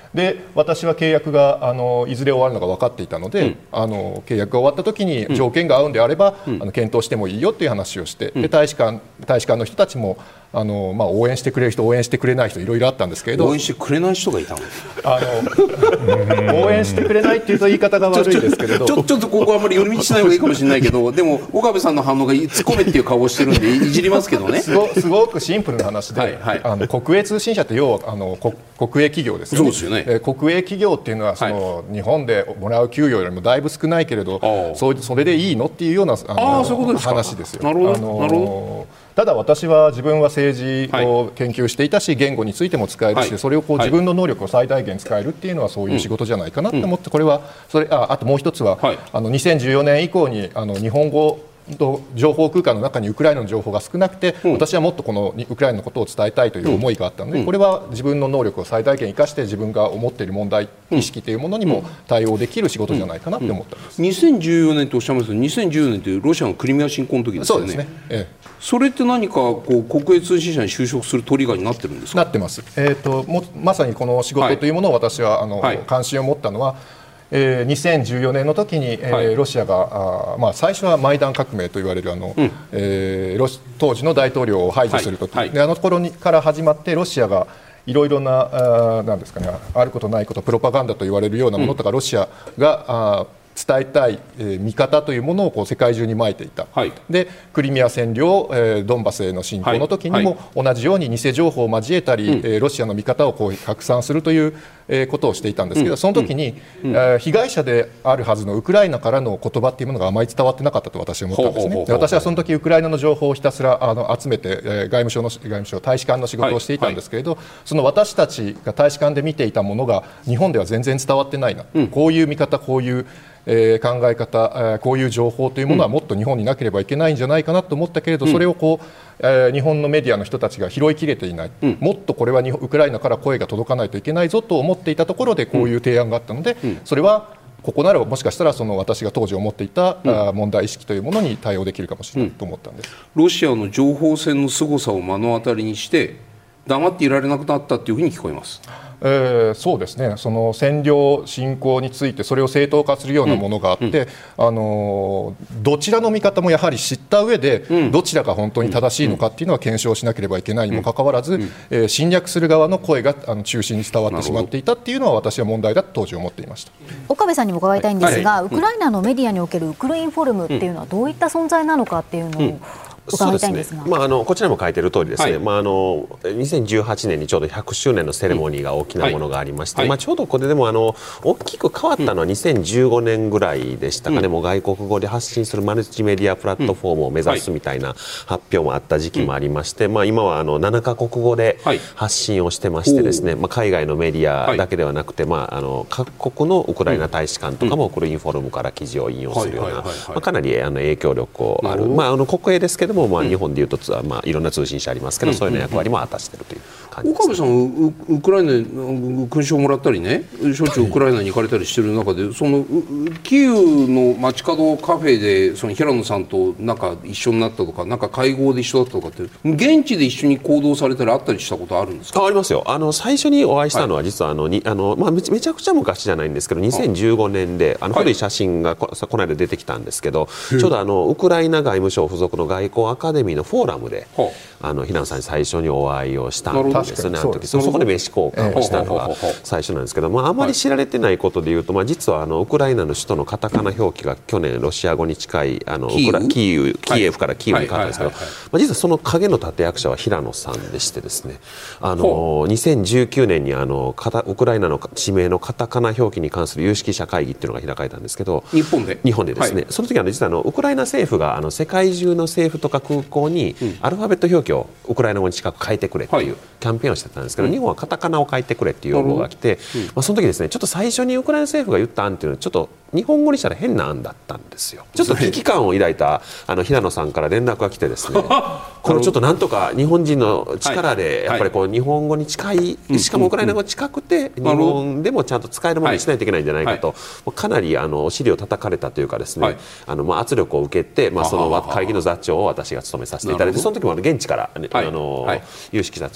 で私は契約があのいずれ終わるのが分かっていたので、うん、あの契約が終わった時に条件が合うんであれば、うん、あの検討してもいいよという話をして、うん、で大使館大使館の人たちもあの、まあ、応援してくれる人応援してくれない人いろいろあったんですけれど、 応援してくれない人がいたのあの応援してくれないっていうと言い方が悪いですけれどちょ、ちょっとここはあんまり寄り道しない方がいいかもしれないけどでも岡部さんの反応が突っ込めっていう顔をしてるんでいじりますけどねすご、すごくシンプルな話で、はいはい、あの国営通信社って要はあの国国営企業ですよね。 そうですよね。 えー、国営企業っていうのはその、はい、日本でもらう給与よりもだいぶ少ないけれどそ, それでいいのっていうようなあのあそういうことですか。 話ですよ。 なるほど、 あのー、 なるほど。 ただ私は自分は政治を研究していたし、はい、言語についても使えるし、はい、それをこう自分の能力を最大限使えるっていうのはそういう仕事じゃないかなと思って、これはそれ あ, あともう一つは、はい、あのにせんじゅうよねん以降にあの日本語と情報空間の中にウクライナの情報が少なくて、うん、私はもっとこのウクライナのことを伝えたいという思いがあったので、うん、これは自分の能力を最大限生かして自分が思っている問題意識というものにも対応できる仕事じゃないかなと思ったんです。 にせんじゅうよねんとおっしゃいますがにせんじゅうよねんというロシアのクリミア侵攻の時ですよね。 そうですね、ええ、 それって何かこう国営通信社に就職するトリガーになってるんですか。 なってます。えーと、もまさにこの仕事というものを私はあの、はい、関心を持ったのはえー、にせんじゅうよねんの時に、えーはい、ロシアがあ、まあ、最初はマイダン革命と言われるあの、うんえー、ロシ当時の大統領を排除するとき、はいはい、であの頃にから始まってロシアがいろいろなあなんですかね、あることないことプロパガンダと言われるようなものとか、うん、ロシアがあ伝えたい、えー、見方というものをこう世界中にまいていた、はい、でクリミア占領、えー、ドンバスへの侵攻の時にも同じように偽情報を交えたり、うんえー、ロシアの見方をこう拡散するという、えー、ことをしていたんですけど、うん、その時に、うんえー、被害者であるはずのウクライナからの言葉というものがあまり伝わってなかったと私は思ったんですね。で私はその時ウクライナの情報をひたすらあの集めて、えー、外務省の外務省大使館の仕事をしていたんですけれど、はいはい、その私たちが大使館で見ていたものが日本では全然伝わってないな、うん、こういう見方こういうえー、考え方、えー、こういう情報というものはもっと日本になければいけないんじゃないかなと思ったけれど、うん、それをこう、えー、日本のメディアの人たちが拾いきれていない、うん、もっとこれはウクライナから声が届かないといけないぞと思っていたところでこういう提案があったので、うん、それはここならもしかしたらその私が当時思っていた、うん、問題意識というものに対応できるかもしれないと思ったんです、 うん、ロシアの情報戦の凄さを目の当たりにして黙っていられなくなったというふうに聞こえます。 えー、そうですね、その占領侵攻についてそれを正当化するようなものがあって、うんうん、あのどちらの見方もやはり知った上で、うん、どちらが本当に正しいのかっていうのは検証しなければいけないにもかかわらず、うんうんえー、侵略する側の声があの中心に伝わってしまっていたっていうのは私は問題だと当時思っていました。 岡部さんにも伺いたいんですが、はいはい、ウクライナのメディアにおけるウクルインフォルムっていうのはどういった存在なのかっていうのを、うんそうですね、まあ、あのこちらも書いている通りですね、はいまあ、あのにせんじゅうはちねんにちょうどひゃくしゅうねんのセレモニーが大きなものがありまして、はいまあ、ちょうどこれでもあの大きく変わったのはにせんじゅうごねんぐらいでしたかね、うん、もう外国語で発信するマルチメディアプラットフォームを目指すみたいな発表もあった時期もありまして、うんまあ、今はあのななかこくごで発信をしてましてですね、まあ、海外のメディアだけではなくて、まあ、あの各国のウクライナ大使館とかもクルインフォルムから記事を引用するようなかなりあの影響力をある、まあ、あの国営ですけども、まあ、日本でいうとまあ、いろんな通信社ありますけど、うん、そういうの役割も果たしているという感じです、ね、 岡部さんウ、ウクライナに勲章をもらったりね、しょっちゅうウクライナに行かれたりしている中で、そのキーウの街角カフェでその平野さんとなんか一緒になったとか、なんか会合で一緒だったとかって、現地で一緒に行動されたり会ったりしたことあるんですか。 あ, ありますよ。あの最初にお会いしたのは実はあのにあの、まあ、めちゃくちゃ昔じゃないんですけどにせんじゅうごねんであの古い写真が こ, この間出てきたんですけど、ちょうどあのウクライナ外務省付属の外交アカデミーのフォーラムであの平野さんに最初にお会いをしたんですね。あの時 そ, そこで名刺交換をしたのが最初なんですけど、まあ、あまり知られてないことでいうと、まあ、実はあのウクライナの首都のカタカナ表記が去年ロシア語に近いあのキーウキーウキエフからキーウに変わったんですけど、まあ、実はその影の立役者は平野さんでしてですね、あのにせんじゅうきゅうねんにあのウクライナの地名のカタカナ表記に関する有識者会議っていうのが開かれたんですけど、 日本で日本でですね、はい、その時は、ね、実はあのウクライナ政府があの世界中の政府とか空港にアルファベット表記をウクライナ語に近く変えてくれっていうキャンペーンをしてたんですけど、はい、日本はカタカナを変えてくれっていう要望が来て、うんまあ、その時ですね、ちょっと最初にウクライナ政府が言った案っていうのはちょっと日本語にしたら変な案だったんですよ。ちょっと危機感を抱いたあの平野さんから連絡が来てですねこれちょっとなんとか日本人の力でやっぱりこう日本語に近い、しかもウクライナ語近くて日本でもちゃんと使えるものにしないといけないんじゃないかと、かなりあのお尻を叩かれたというかですね、あのまあ圧力を受けて、まあ、その会議の座長を私が務めさせていただいて、その時もあの現地から、ね、あの有識者として平野さん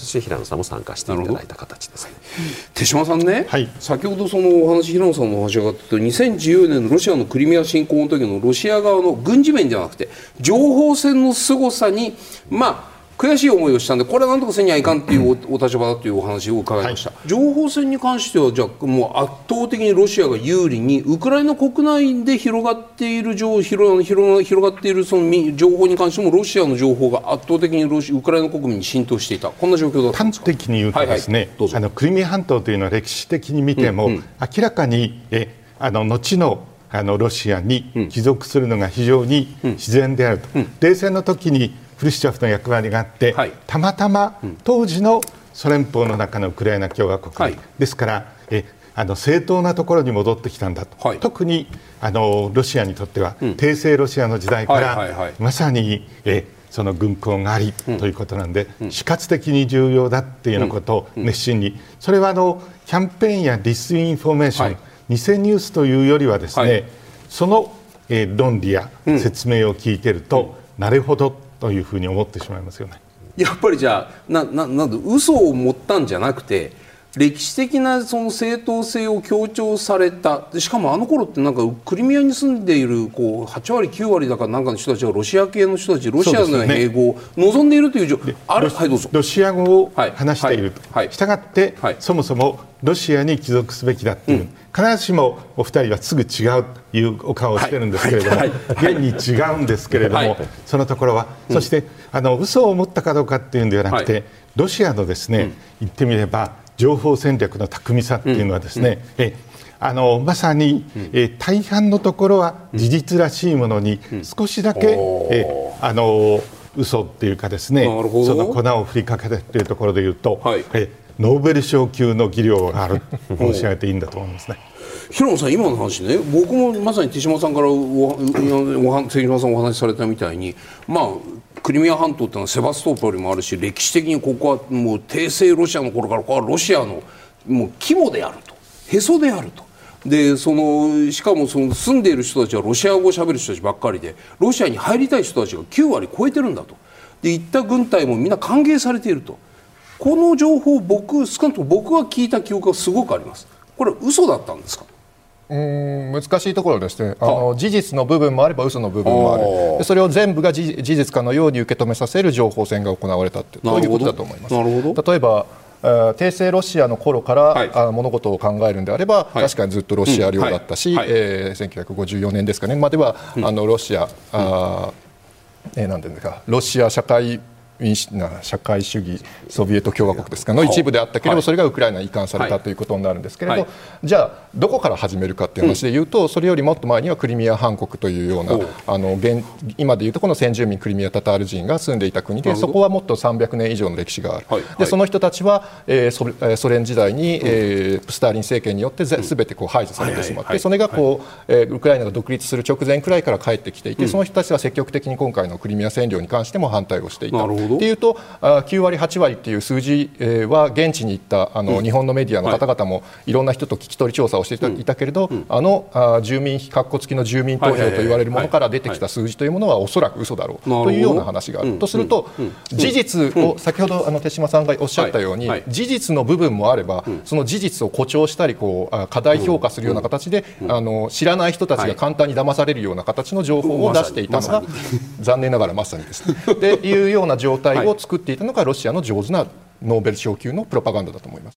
さんも参加していただいた形ですね。 手嶋さんね、 はい、 先ほどそのお話、平野さんのお話があったにせんじゅうよねんのロシアのクリミア侵攻の時のロシア側の軍事面ではなくて情報戦の凄さにまあ悔しい思いをしたんで、これはなんとかせにはいかんというお立場だというお話を伺いました、はい、情報戦に関してはじゃあもう圧倒的にロシアが有利にウクライナ国内で広がっている情広広広がっているその情報に関してもロシアの情報が圧倒的にロシウクライナ国民に浸透していた、こんな状況だったんですか。 端的に言うとですね、はいはい、あのクリミア半島というのは歴史的に見ても、うんうん、明らかにえあの後のあのロシアに帰属するのが非常に自然であると、うんうん、冷戦の時にフルシチョフの役割があって、はい、たまたま当時のソ連邦の中のウクライナ共和国、はい、ですからえあの正当なところに戻ってきたんだと、はい、特にあのロシアにとっては、うん、帝政ロシアの時代から、はいはいはい、まさにえその軍港があり、うん、ということなんで、うん、死活的に重要だっていうようなことを熱心に、うんうん、それはあのキャンペーンやディスインフォメーション、はい、偽ニュースというよりはですね、はい、その、えー、論理や説明を聞いていると、うん、なるほどというふうに思ってしまいますよね。 やっぱりじゃあなななんだ嘘を持ったんじゃなくて歴史的なその正当性を強調された。でしかもあの頃ってなんかクリミアに住んでいるこうはちわりきゅうわりだかなんかの人たちがロシア系の人たちロシアの併合を望んでいるという状況、ね、あれはいどうぞ。 ロシア語を話していると、はいはい、したがって、はい、そもそもロシアに帰属すべきだっていう、うん、必ずしもお二人はすぐ違うというお顔をしてるんですけれども、はいはいはい、現に違うんですけれども、はい、そのところは、うん、そしてあの嘘を持ったかどうかっていうんではなくて、はい、ロシアのですね、うん、言ってみれば情報戦略の巧みさっていうのはですね、うんうん、えあのまさに、うん、え大半のところは事実らしいものに少しだけ、うん、えあの嘘っていうかですね、その粉を振りかけてっていうところでいうと、はい、えノーベル賞級の技量があると申し上げていいんだと思いますね。 平野さん、今の話ね、僕もまさに手嶋さんからおお手嶋さんお話しされたみたいに、まあクリミア半島ってのはセバストポリもあるし、歴史的にここはもう帝政ロシアの頃からここはロシアのもう肝であると、へそであると。でそのしかもその住んでいる人たちはロシア語をしゃべる人たちばっかりで、ロシアに入りたい人たちがきゅうわり超えてるんだと。で行った軍隊もみんな歓迎されていると。この情報を僕少なくとも僕が聞いた記憶がすごくあります。これ嘘だったんですか。 うーん難しいところですね。あの事実の部分もあれば嘘の部分もある。でそれを全部が事実かのように受け止めさせる情報戦が行われたってそういうことだと思います。 なるほど。 例えば帝政ロシアの頃から、はい、あ物事を考えるんであれば、はい、確かにずっとロシア領だったし、うんはいえー、せんきゅうひゃくごじゅうよねんですかねまでは、うん、あのロシア、うんあえー、なんていうんですかロシア社会民主な社会主義ソビエト共和国ですかの一部であったけれど、はい、それがウクライナに移管された、はい、ということになるんですけれど、はい、じゃあどこから始めるかっていう話でいうと、うん、それよりもっと前にはクリミア半国というようなあの現今でいうとこの先住民クリミアタタール人が住んでいた国でそこはもっとさんびゃくねん以上の歴史がある、はい、でその人たちは、えー、ソ連時代に、うんえー、スターリン政権によってすべてこう排除されてしまって、それがこう、えー、ウクライナが独立する直前くらいから帰ってきていて、うん、その人たちは積極的に今回のクリミア占領に関しても反対をしていたっていうときゅうわりはちわりっていう数字は現地に行ったあの、うん、日本のメディアの方々もいろんな人と聞き取り調査をしていた、うん、いたけれど、うん、あのあ住民比括弧付きの住民投票と言われるものから出てきた数字というものはおそらく嘘だろうというような話がある、うん、とすると、うん、事実を先ほどあの手嶋さんがおっしゃったように、はいはい、事実の部分もあれば、うん、その事実を誇張したりこう過大評価するような形で、うん、あの知らない人たちが簡単に騙されるような形の情報を出していたのが、ま、残念ながらまさにですねっていうような状態を作っていたのがロシアの上手なノーベル賞級のプロパガンダだと思います。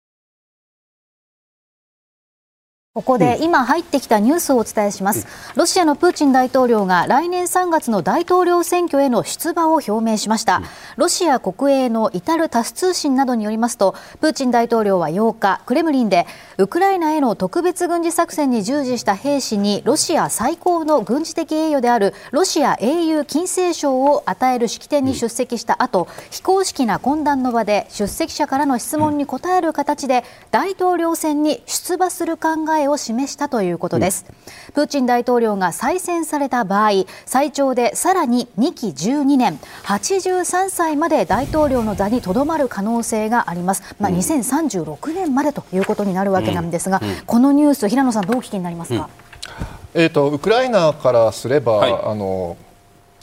ここで今入ってきたニュースをお伝えします。ロシアのプーチン大統領が来年さんがつの大統領選挙への出馬を表明しました。ロシア国営の至るタス通信などによりますと、プーチン大統領はようかクレムリンでウクライナへの特別軍事作戦に従事した兵士にロシア最高の軍事的栄誉であるロシア英雄金星賞を与える式典に出席した後、非公式な懇談の場で出席者からの質問に答える形で大統領選に出馬する考えを示したということです、うん、プーチン大統領が再選された場合、最長でさらににきじゅうにねん、はちじゅうさんさいまで大統領の座にとどまる可能性があります。まあ、にせんさんじゅうろくねんまでということになるわけなんですが、うんうん、このニュース、平野さんどうお聞きになりますか。 うんえーと、ウクライナからすれば、はい、あの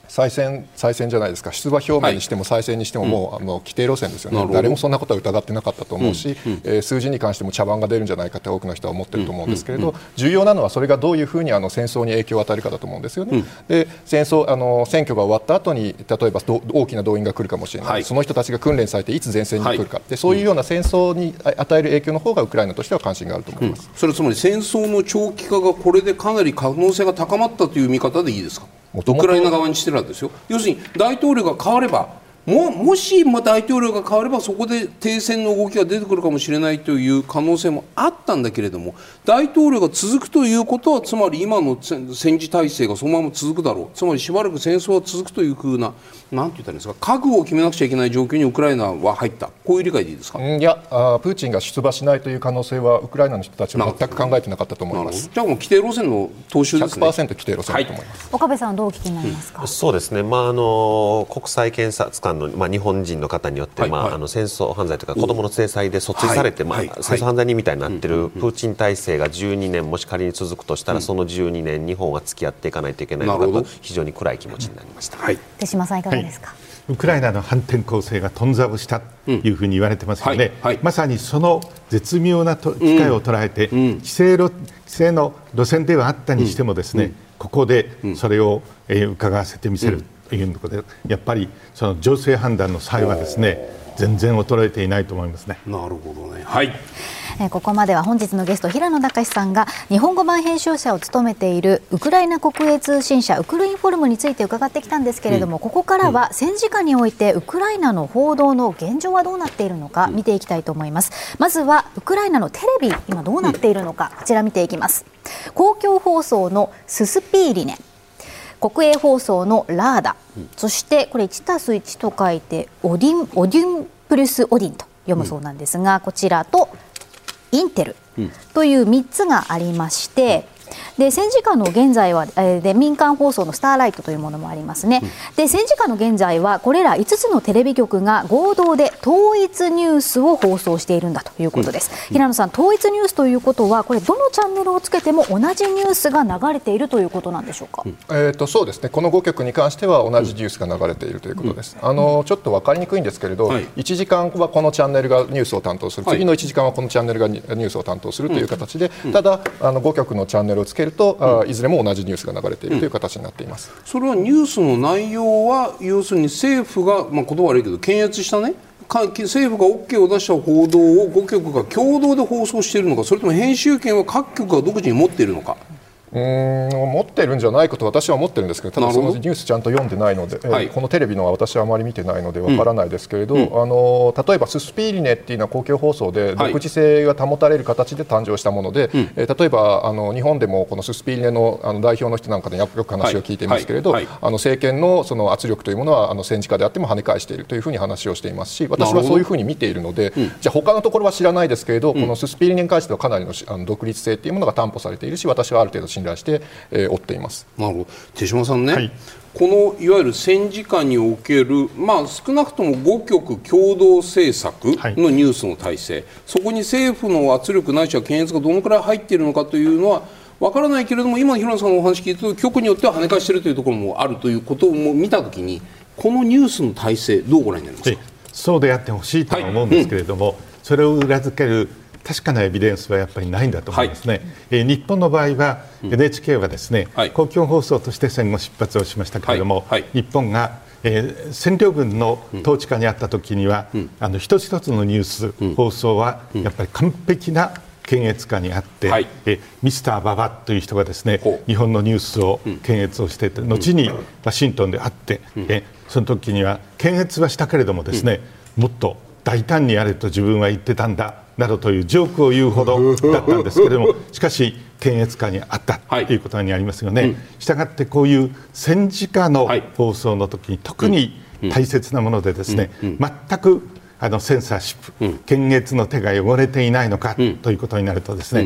再選、再選じゃないですか、出馬表明にしても再選にしても、もう、はい、あの規定路線ですよね、誰もそんなことは疑ってなかったと思うし、うんうんえー、数字に関しても茶番が出るんじゃないかって多くの人は思ってると思うんですけれど、うんうんうん、重要なのはそれがどういうふうにあの戦争に影響を与えるかだと思うんですよね。うん、で戦争あの選挙が終わった後に例えば大きな動員が来るかもしれない、はい、その人たちが訓練されていつ前線に来るか、はい、でそういうような戦争に与える影響の方がウクライナとしては関心があると思います。 うん、それはつまり戦争の長期化がこれでかなり可能性が高まったという見方でいいですか。ウクライナ側にしてるわけですよ。要するに大統領が変わればも, もし大統領が変わればそこで停戦の動きが出てくるかもしれないという可能性もあったんだけれども、大統領が続くということはつまり今の戦時体制がそのまま続くだろう、つまりしばらく戦争は続くというふうな、なんて言ったらいいんですか、覚悟を決めなくちゃいけない状況にウクライナは入った、こういう理解でいいですか。 いや、あプーチンが出馬しないという可能性はウクライナの人たちは全く考えてなかったと思います。 じゃあもう規定路線の踏襲ですね。 ひゃくパーセント 規定路線だと思います。 はい、岡部さんどうお聞きになりますか。 うん、そうですね、まあ、あの国際検察官の、まあ、日本人の方によって、はいまあはい、あの戦争犯罪というか子どもの制裁で訴追されて、はいまあはい、戦争犯罪人みたいになっているプーチン体制がじゅうにねんもし仮に続くとしたら、うん、そのじゅうにねん日本は付き合っていかないといけないのかと非常に暗い気持ちになりました。はい、 手嶋さんいかがですか。はい、 ウクライナの反転攻勢が頓挫をしたというふうに言われてますよね。うんはいはい、まさにその絶妙なと機会を捉えて、うん、規制路、規制の路線ではあったにしてもですね、うん、ここでそれを、えー、伺わせてみせるということで、やっぱりその情勢判断の際はですね全然衰えていないと思いますね。 なるほどね。はい。 えー、ここまでは本日のゲスト平野隆さんが日本語版編集者を務めているウクライナ国営通信社ウクルインフォルムについて伺ってきたんですけれども、うん、ここからは戦時下においてウクライナの報道の現状はどうなっているのか見ていきたいと思います。まずはウクライナのテレビ今どうなっているのか、こちら見ていきます。公共放送のススピーリネ、国営放送のラーダ、うん、そしてこれ いちたすいち と書いてオディン、オディンプルスオディンと読むそうなんですが、うん、こちらとインテルというみっつがありまして、で戦時下の現在は、えー、で民間放送のスターライトというものもありますね。で戦時下の現在はこれらいつつのテレビ局が合同で統一ニュースを放送しているんだということです。うん、平野さん、統一ニュースということはこれどのチャンネルをつけても同じニュースが流れているということなんでしょうか。うん、 えー、とそうですね、このごきょくに関しては同じニュースが流れているということです。うん、あのちょっと分かりにくいんですけれど、はい、いちじかんはこのチャンネルがニュースを担当する、はい、次のいちじかんはこのチャンネルがニュースを担当するという形で、うん、ただあのごきょくのチャンネルをつけると、うん、いずれも同じニュースが流れているという形になっています。 うん、それはニュースの内容は要するに政府が、まあ、言葉悪いけど検閲したね、政府が オーケー を出した報道をごきょくが共同で放送しているのか、それとも編集権は各局が独自に持っているのか。 うーん持ってるんじゃないかと私は思ってるんですけど、ただそのニュースちゃんと読んでないので、はい、このテレビのは私はあまり見てないのでわからないですけれど、うんうん、あの例えばススピーリネっていうのは公共放送で独自性が保たれる形で誕生したもので、はい、えー、例えばあの日本でもこのススピーリネ の, あの代表の人なんかでよく話を聞いていますけれど、はいはいはい、あの政権 の, その圧力というものはあの戦時下であっても跳ね返しているというふうに話をしていますし、私はそういうふうに見ているので、うん、じゃあ他のところは知らないですけれど、うん、このススピーリネに関してはかなり の, あの独立性というものが担保されているし、私はある程度信頼して、えー追っています。 なるほど。手嶋さんね、はい、このいわゆる戦時下における、まあ、少なくともごきょく共同制作のニュースの体制、はい、そこに政府の圧力ないしは検閲がどのくらい入っているのかというのはわからないけれども、今の平野さんのお話聞いてると局によっては跳ね返しているというところもあるということも見たときに、このニュースの体制どうご覧になりますか。 そうであってほしいと思うんですけれども、はい、うん、それを裏付ける確かなエビデンスはやっぱりないんだと思いますね。はい、えー、日本の場合は エヌエイチケー はですね、はい、公共放送として戦後出発をしましたけれども、はいはい、日本が、えー、占領軍の統治下にあった時には、うん、あの一つ一つのニュース、うん、放送はやっぱり完璧な検閲下にあって、はい、えミスター馬場という人がですね、日本のニュースを検閲をしていて、うん、後にワシントンで会って、うん、えその時には検閲はしたけれどもですね、うん、もっと大胆にやれと自分は言ってたんだなどというジョークを言うほどだったんですけれども、しかし検閲下にあったということにありますよね。はい、したがってこういう戦時下の放送の時に特に大切なものでですね、全くあのセンサーシップ、検閲の手が汚れていないのかということになるとですね、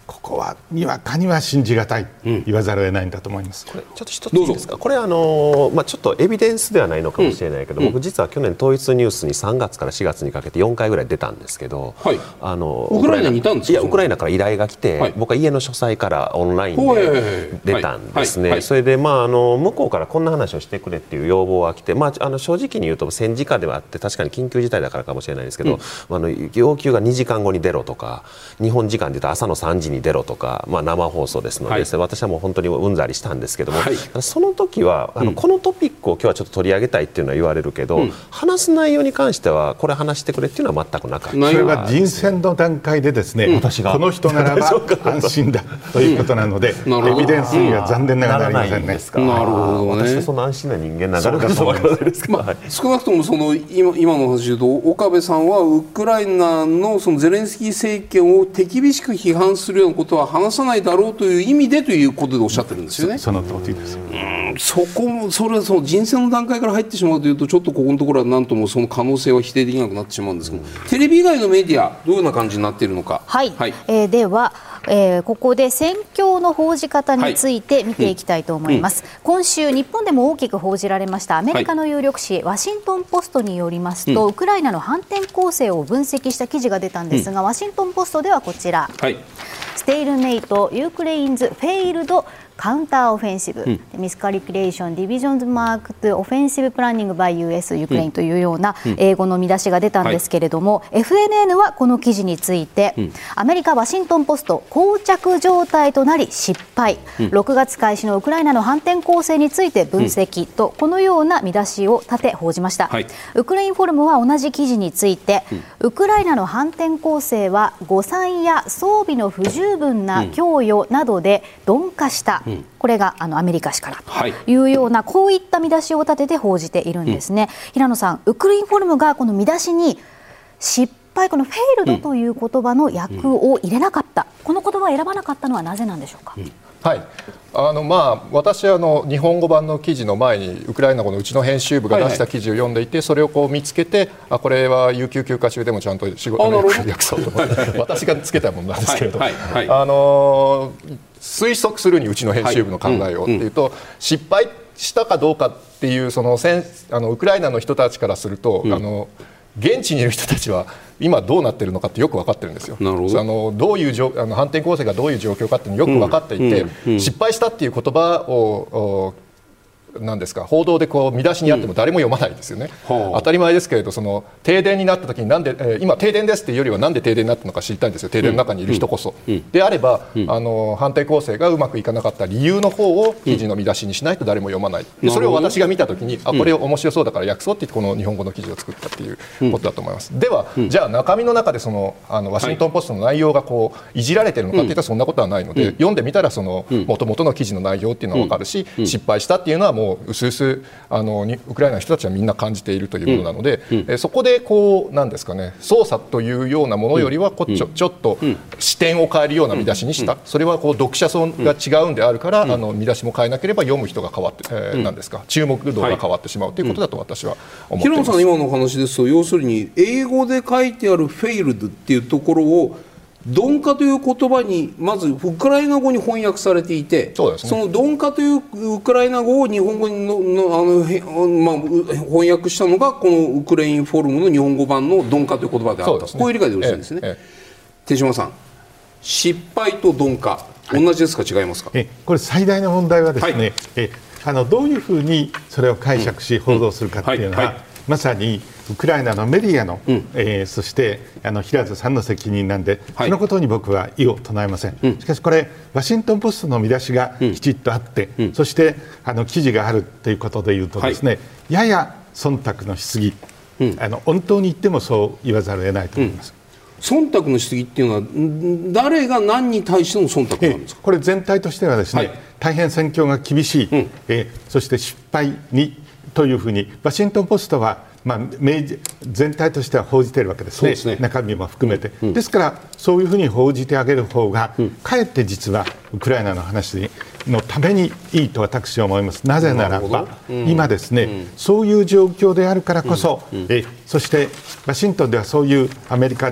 ここはにわかには信じがたい、うん、言わざるを得ないんだと思います。 これちょっと一ついいですか。これあの、まあ、ちょっとエビデンスではないのかもしれないけど、うん、僕実は去年統一ニュースにさんがつからしがつにかけてよんかいぐらい出たんですけど、はい、あのウクライナにいたんですか。 いやウクライナから依頼が来て、はい、僕は家の書斎からオンラインで出たんですね。それで、まあ、あの向こうからこんな話をしてくれっていう要望が来て、まあ、あの正直に言うと戦時下ではあって確かに緊急事態だからかもしれないですけど、うん、あの要求がにじかんごに出ろとか日本時間でいうと朝のさんじに出ろとか、まあ、生放送ですので、はい、私はもう本当にうんざりしたんですけども、はい、その時はあの、うん、このトピックを今日はちょっと取り上げたいっていうのは言われるけど、うん、話す内容に関してはこれ話してくれっていうのは全くなかった。 それは人選の段階でですね、うん、私がこの人ならば安心だということなので、うん、エビデンスには残念ながらなりませんね。 なるほどね。 私はその安心な人間ながらかと思います。 まあ、少なくともその 今, 今の話で言うと岡部さんはウクライナ の, そのゼレンスキー政権を手厳しく批判するようなことは話さないだろうという意味でということでおっしゃってるんですよね。 そ, その通りです。 うんそこもそれはその人選の段階から入ってしまうというとちょっとここのところは何ともその可能性は否定できなくなってしまうんですけど、うん、テレビ以外のメディアどういうような感じになっているのか。 はい、はいえー、では、えー、ここで戦況の報じ方について見ていきたいと思います、はいうん、今週日本でも大きく報じられましたアメリカの有力紙、はい、ワシントンポストによりますと、うん、ウクライナの反転攻勢を分析した記事が出たんですが、うん、ワシントンポストではこちら、はい、ステイルメイトユークレインズフェイルドカウンターオフェンシブ、うん、ミスカリキュレーションディビジョンズマークトオフェンシブプランニングバイ ユーエス ユークレインというような英語の見出しが出たんですけれども、うん、エフエヌエヌ はこの記事について、うん、アメリカワシントンポスト膠着状態となり失敗、うん、ろくがつ開始のウクライナの反転攻勢について分析と、うん、このような見出しを立て報じました、はい、ウクレインフォルムは同じ記事について、うん、ウクライナの反転攻勢は誤算や装備の不十分な供与などで鈍化した、うんこれがあのアメリカ紙からというような、はい、こういった見出しを立てて報じているんですね、うん、平野さん、ウクレインフォルムがこの見出しに失敗、このフェイルドという言葉の訳を入れなかった、うん、この言葉を選ばなかったのはなぜなんでしょうか。うんはいあのまあ、私はあの日本語版の記事の前にウクライナ語のうちの編集部が出した記事を読んでいて、はいはい、それをこう見つけてあこれは有給休暇中でもちゃんと仕事を訳そうと思って私がつけたものなんですけれど、はいはいはい、あの推測するにうちの編集部の考えをっていうと、はいうんうん、失敗したかどうかっていうその戦あのウクライナの人たちからすると、うん、あの現地にいる人たちは今どうなっているのかってよく分かってるんですよ。なるほど。あのどういうあの反転攻勢がどういう状況かっていうのよく分かっていて、うんうんうん、失敗したっていう言葉をなんですか報道でこう見出しにあっても誰も読まないですよね、うん、当たり前ですけれどその停電になった時になんで、えー、今停電ですっていうよりはなんで停電になったのか知りたいんですよ。停電の中にいる人こそ、うんうん、であれば、うん、あの反転攻勢がうまくいかなかった理由の方を記事の見出しにしないと誰も読まない、うん、でそれを私が見た時にあこれ面白そうだから訳そうって言ってこの日本語の記事を作ったっていうことだと思います、うん、では、うん、じゃあ中身の中でそのあのワシントンポストの内容がこういじられているのかっていったらそんなことはないので、うん、読んでみたらその元々の記事の内容っていうのは分かるし、うん、失敗したっていうのはもう薄々あのウクライナの人たちはみんな感じているというものなので、うんうん、えそこでこうなんですかね操作というようなものよりはこうちょ、ちょっと視点を変えるような見出しにした、それはこう読者層が違うんであるから、うん、あの見出しも変えなければ読む人が変わって、えー、なんですか注目度が変わってしまうということだと私は思っています。 平野さんの今のお話ですと要するに英語で書いてあるフェイルドっていうところを鈍化という言葉にまずウクライナ語に翻訳されていて そ,、ね、その鈍化というウクライナ語を日本語にののあの、まあ、翻訳したのがこのウクレインフォルムの日本語版の鈍化という言葉であった、ね、こういう理解でよろしいんですね、ええええ、手嶋さん失敗と鈍化同じですか、はい、違いますか。 えこれ最大の問題はですね、はい、えあのどういうふうにそれを解釈し報道するかっていうのは、うんはいはい、まさにウクライナのメディアの、うんえー、そしてあの平津さんの責任なんで、はい、そのことに僕は異を唱えません、うん、しかしこれワシントンポストの見出しがきちっとあって、うん、そしてあの記事があるということでいうとですね、はい、やや忖度のしすぎ、うん、あの本当に言ってもそう言わざるを得ないと思います、 うん、忖度のしすぎっていうのは誰が何に対しての忖度なんですか。 これ全体としてはですね、はい、大変戦況が厳しい、うんえー、そして失敗にというふうにワシントンポストはまあ、全体としては報じているわけですね、ですね中身も含めて、うん、ですからそういうふうに報じてあげる方が、うん、かえって実はウクライナの話のためにいいと私は思います。なぜならば、うん、今ですね、うん、そういう状況であるからこそ、うんうん、えそしてワシントンではそういうアメリカで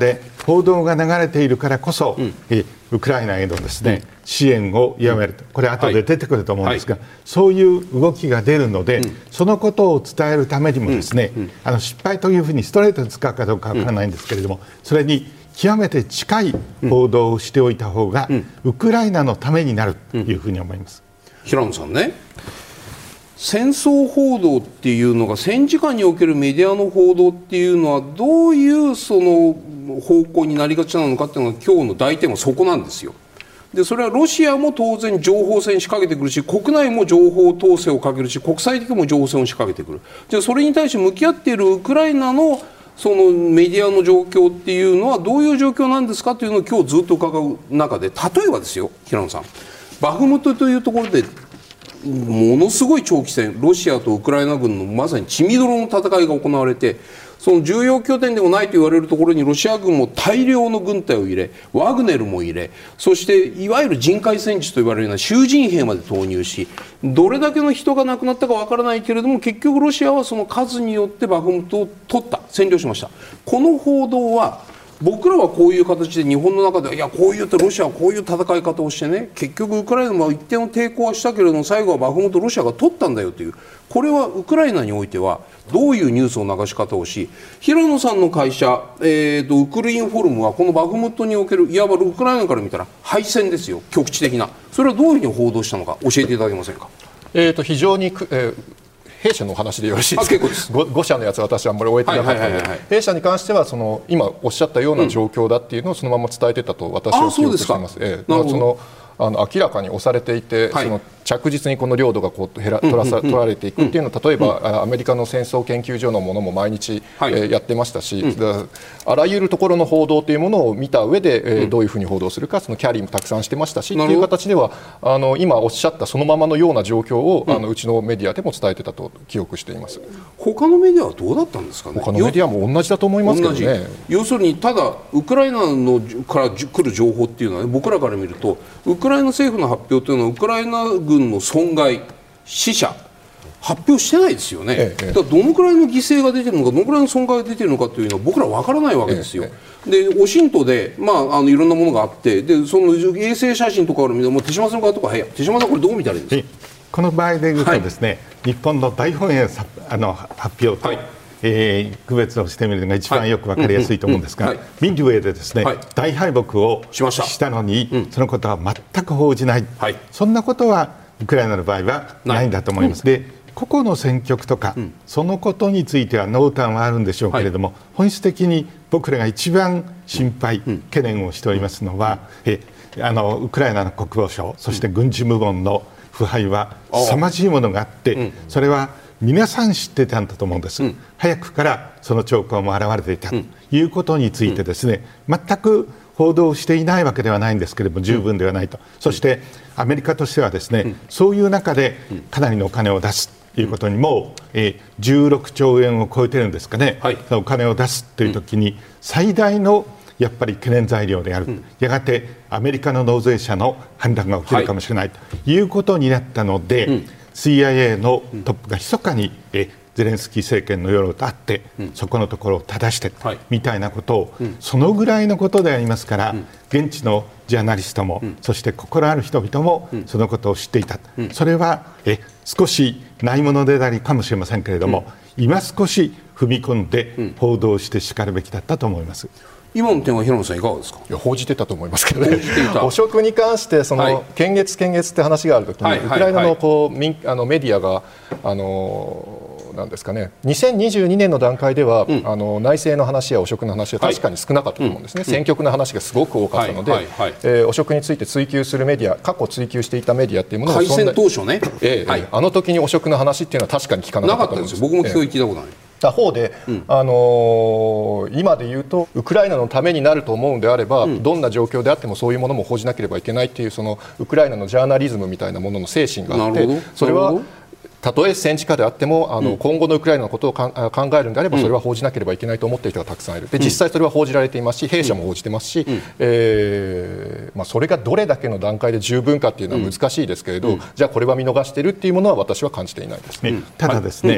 報道が流れているからこそ、うん、えウクライナへのですね、うん、支援をやめると、これ後で出てくると思うんですが、はい、そういう動きが出るので、うん、そのことを伝えるためにもですね、うんうん、あの失敗というふうにストレートに使うかどうかわからないんですけれども、うん、それに極めて近い報道をしておいた方が、うん、ウクライナのためになるというふうに思います。 うん、平野さんね、戦争報道っていうのが戦時下におけるメディアの報道っていうのはどういうその方向になりがちなのかっていうのが今日の大テーマ、そこなんですよ。でそれはロシアも当然情報戦仕掛けてくるし、国内も情報統制をかけるし、国際的にも情報戦を仕掛けてくる。じゃあそれに対して向き合っているウクライナのそのメディアの状況っていうのはどういう状況なんですかというのを今日ずっと伺う中で、例えばですよ、平野さん、バフムトというところでものすごい長期戦、ロシアとウクライナ軍のまさに血みどろの戦いが行われて、その重要拠点でもないと言われるところにロシア軍も大量の軍隊を入れ、ワグネルも入れ、そしていわゆる人海戦術と言われるような囚人兵まで投入し、どれだけの人が亡くなったかわからないけれども、結局ロシアはその数によってバフムトを取った、占領しました。この報道は僕らはこういう形で日本の中で、いやこういうってロシアはこういう戦い方をしてね、結局ウクライナも一定の抵抗はしたけれども最後はバフムトロシアが取ったんだよという、これはウクライナにおいてはどういうニュースを流し方をし、平野さんの会社、えー、とウクルインフォルムはこのバフムトにおけるいわばウクライナから見たら敗戦ですよ、局地的な。それはどういうふうに報道したのか教えていただけませんか。 えー、と非常に、えー弊社のお話でよろしいですか。ご社のやつ私はあんまり終えてなかったので、弊社に関してはその今おっしゃったような状況だっていうのをそのまま伝えてたと私は記憶しています。ええ、まあ、そのあの明らかに押されていて、はい、その着実にこの領土がこう減ら取らさ取られていくっていうのは、例えば、うん、アメリカの戦争研究所のものも毎日、はい、えー、やってましたし、うん、あらゆるところの報道というものを見た上で、えー、どういうふうに報道するか、そのキャリーもたくさんしてましたしっていう形では、あの今おっしゃったそのままのような状況を、うん、あのうちのメディアでも伝えてたと記憶しています。 他のメディアはどうだったんですかね。 他のメディアも同じだと思いますけどね。 要するにただウクライナのから来る情報っていうのは、ね、僕らから見るとウクライナ政府の発表というのはウクライナ軍の損害、死者発表してないですよね。ええ、だからどのくらいの犠牲が出ているのか、どのくらいの損害が出ているのかというのは僕ら分からないわけですよ。ええ、でオシントで、まあ、あのいろんなものがあって、でその衛星写真とかから見ても手嶋さんのとか、手嶋さんこれどう見たらいいんですか。 この場合でいうとですね、はい、日本の大本営あの発表と、はい、えー、区別をしてみるのが一番よく分かりやすいと思うんですが、はい、うんうん、はい、ミンデュウェーでですね、はい、大敗北をしました、したのに、うん、そのことは全く報じない、はい、そんなことはウクライナの場合はないんだと思います。で、個々の戦局とか、うん、そのことについては濃淡はあるんでしょうけれども、はい、本質的に僕らが一番心配、うん、懸念をしておりますのは、うん、えあのウクライナの国防省、そして軍事部門の腐敗は凄まじいものがあって、うん、それは皆さん知ってたんだと思うんです。うん、早くからその兆候も現れていたということについてですね、うん、全く報道していないわけではないんですけれども、十分ではないと、うん、そしてアメリカとしてはですね、うん、そういう中でかなりのお金を出すということにも、えー、じゅうろくちょうえんを超えてるんですかね、はい、お金を出すというときに最大のやっぱり懸念材料である、うん、やがてアメリカの納税者の判断が起きるかもしれない、はい、ということになったので、うん、シーアイエー のトップが密かに、えゼレンスキー政権の世論と会って、うん、そこのところを正して、はい、みたいなことを、うん、そのぐらいのことでありますから、うん、現地のジャーナリストも、うん、そして心ある人々も、うん、そのことを知っていた、うん、それはえ少しないものでありかもしれませんけれども、うん、今少し踏み込んで報道してしかるべきだったと思います。 今の点は平野さんいかがですか。 いや報じてたと思いますけどね。汚職に関してその、はい、検閲検閲って話があるときに、はい、ウクライナのこう、はい、あのメディアがあのなんですかね、にせんにじゅうにねんの段階では、うん、あの内政の話や汚職の話は確かに少なかったと思うんですね。はい、選挙区の話がすごく多かったので、はいはいはい、えー、汚職について追及するメディア、過去追及していたメディアっていうものが開戦当初ね、 えーはい、あの時に汚職の話っていうのは確かに聞かなかったと思うんです。 僕も聞いたことない。えー他方で、うん、あのー、今で言うとウクライナのためになると思うんであれば、うん、どんな状況であってもそういうものも報じなければいけないというそのウクライナのジャーナリズムみたいなものの精神があって、それはたとえ戦時下であってもあの、うん、今後のウクライナのことをか考えるんであればそれは報じなければいけないと思っている人がたくさんいる。で実際それは報じられていますし、弊社も報じてますし、うん、えーまあ、それがどれだけの段階で十分かというのは難しいですけれど、うん、じゃあこれは見逃しているというものは私は感じていないです、 ね。ただですね、はい、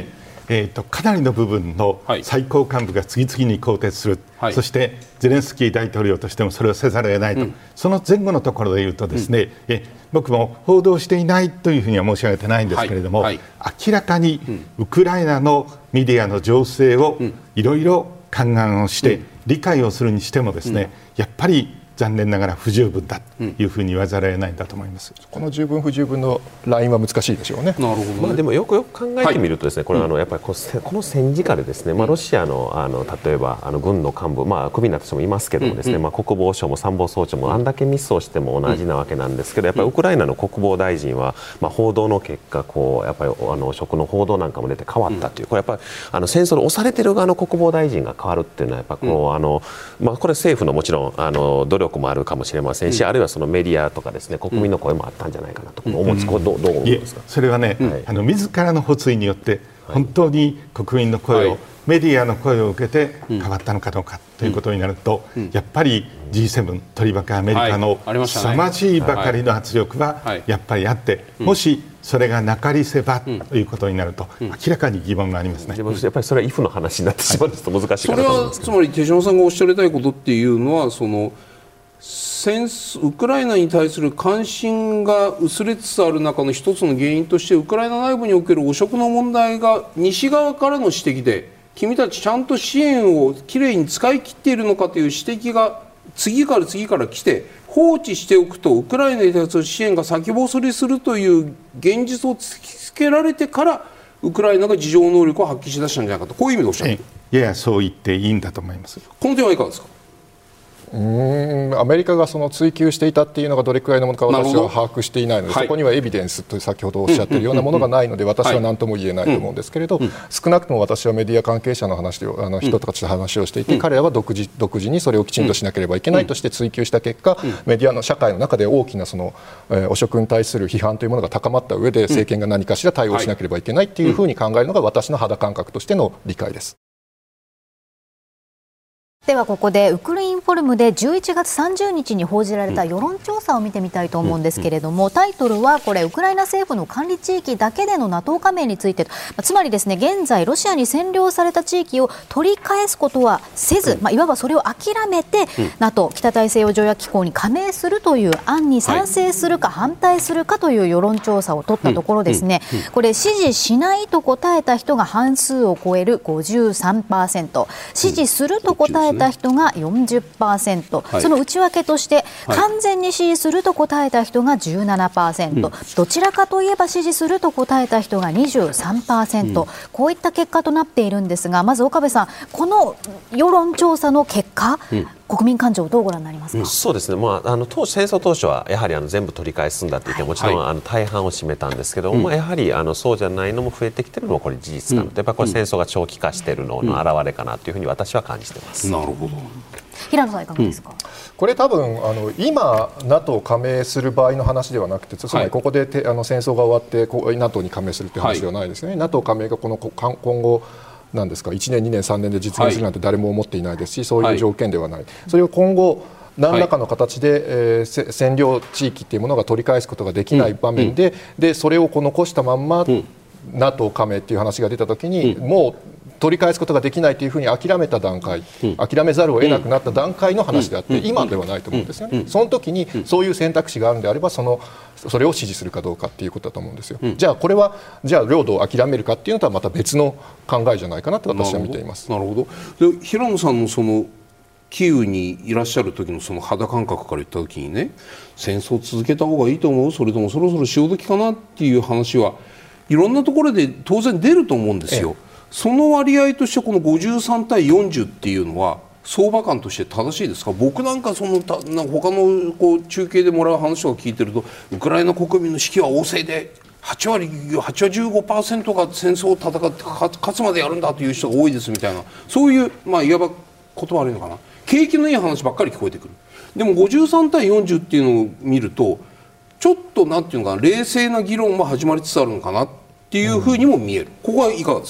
えー、とかなりの部分の最高幹部が次々に更迭する、はい、そしてゼレンスキー大統領としてもそれをせざるを得ないと、うん、その前後のところで言うとですね、うん、え僕も報道していないというふうには申し上げてないんですけれども、はいはい、明らかにウクライナのメディアの情勢をいろいろ勘案をして理解をするにしてもですね、うん、やっぱり残念ながら不十分だというふうに言わざるを得ないんだと思います。 この十分不十分のラインは難しいでしょうね。 なるほどね。まあ、でもよくよく考えてみるとですね、はい、これはあのやっぱりこの戦時下でですね、まあ、ロシアの、あの例えばあの軍の幹部、まあ、クビになった人もいますけどもですね、うんうん、まあ、国防省も参謀総長もあんだけミスをしても同じなわけなんですけど、やっぱりウクライナの国防大臣は、まあ、報道の結果こうやっぱりあの職の報道なんかも出て変わったという、これやっぱりあの戦争で押されている側の国防大臣が変わるっていうのはやっぱこう、うん、あのまあ、これ政府のもちろんあの努力もあるかもしれませんし、うん、あるいはそのメディアとかですね、国民の声もあったんじゃないかなと思うんです。これどうどう思うんですか。 それはね、はい、あの自らの発意によって本当に国民の声を、はい、メディアの声を受けて変わったのかどうかということになると、うん、やっぱり ジーセブン とりわけアメリカの凄まじいばかりの圧力はやっぱりあって、もしそれがなかりせばということになると、明らかに疑問がありますね。 やっぱりそれはイフの話になってしまうんですと難しいかなと思いますけど。 それはつまり手嶋さんがおっしゃりたいことっていうのは、その戦ウクライナに対する関心が薄れつつある中の一つの原因として、ウクライナ内部における汚職の問題が西側からの指摘で、君たちちゃんと支援をきれいに使い切っているのかという指摘が次から次から来て、放置しておくとウクライナに対する支援が先細りするという現実を突きつけられてから、ウクライナが自浄能力を発揮しだしたんじゃないかと、こういう意味でおっしゃる。 いやいや、そう言っていいんだと思います。 この点はいかがですか。 うーんアメリカがその追及していたっていうのがどれくらいのものか私は把握していないので、そこにはエビデンスと先ほどおっしゃっているようなものがないので、私は何とも言えないと思うんですけれど、少なくとも私はメディア関係者の話であの人たちと話をしていて、彼らは独自独自にそれをきちんとしなければいけないとして追及した結果、メディアの社会の中で大きなその、えー、汚職に対する批判というものが高まった上で、政権が何かしら対応しなければいけないというふうに考えるのが私の肌感覚としての理解です。 ではここでウクルインフォルムでじゅういちがつさんじゅうにちに報じられた世論調査を見てみたいと思うんですけれども、タイトルはこれウクライナ政府の管理地域だけでの ナトー 加盟について、つまりですね、現在ロシアに占領された地域を取り返すことはせず、まあ、いわばそれを諦めて ナトー 北大西洋条約機構に加盟するという案に賛成するか反対するかという世論調査を取ったところですね、これ支持しないと答えた人が半数を超える ごじゅうさんパーセント、 支持すると答えた人が よんじゅっパーセント、はい、その内訳として、はい、完全に支持すると答えた人が じゅうななパーセント、うん、どちらかといえば支持すると答えた人が にじゅうさんパーセント、うん、こういった結果となっているんですが、まず岡部さん、この世論調査の結果、うん、国民感情をどうご覧になりますか。 うん、そうですね、まあ、あの当戦争当初はやはりあの全部取り返すんだといって、もちろん、はい、あの大半を占めたんですけど、うん、まあ、やはりあのそうじゃないのも増えてきているのもこれ事実なので、うん、やっぱりこれ戦争が長期化しているのの表れかなというふうに私は感じています。 なるほど。 平野さんいかがですか。うん、 これ多分あの今 ナトー 加盟する場合の話ではなくて、つまりここでて、はい、あの戦争が終わってこ ナトー に加盟するという話ではないですね。はい、ナトー 加盟がこの今後なんですかいちねんにねんさんねんで実現するなんて誰も思っていないですし、そういう条件ではない、はい、それを今後何らかの形で、はい、えー、占領地域というものが取り返すことができない場面で、うん、でそれをこう残したまんま、うん、ナトー 加盟という話が出たときに、うん、もう取り返すことができないというふうに諦めた段階、うん、諦めざるを得なくなった段階の話であって、うん、今ではないと思うんですよね。うん、その時にそういう選択肢があるのであれば、そのそれを支持するかどうかということだと思うんですよ。うん、じゃあこれはじゃあ領土を諦めるかっていうのとはまた別の考えじゃないかなと私は見ています。 なるほど。で平野さんのそのキーウにいらっしゃる時のその肌感覚から言った時にね、戦争を続けた方がいいと思う、それともそろそろ潮時かなっていう話はいろんなところで当然出ると思うんですよ。ええ、その割合としてこのごじゅうさんたいよんじゅうっていうのは相場感として正しいですか。僕なんかそのたなんか他のこう中継でもらう話とか聞いてると、ウクライナ国民の士気は旺盛ではちわりはちじゅうごパーセントが戦争を戦って勝つまでやるんだという人が多いですみたいな、そういう、まあ、いわば言葉悪いのかな、景気のいい話ばっかり聞こえてくる。でもごじゅうさんたいよんじゅうっていうのを見ると、ちょっとなんていうのかな、冷静な議論も始まりつつあるのかなっていうふうにも見える。ここはいかがですか。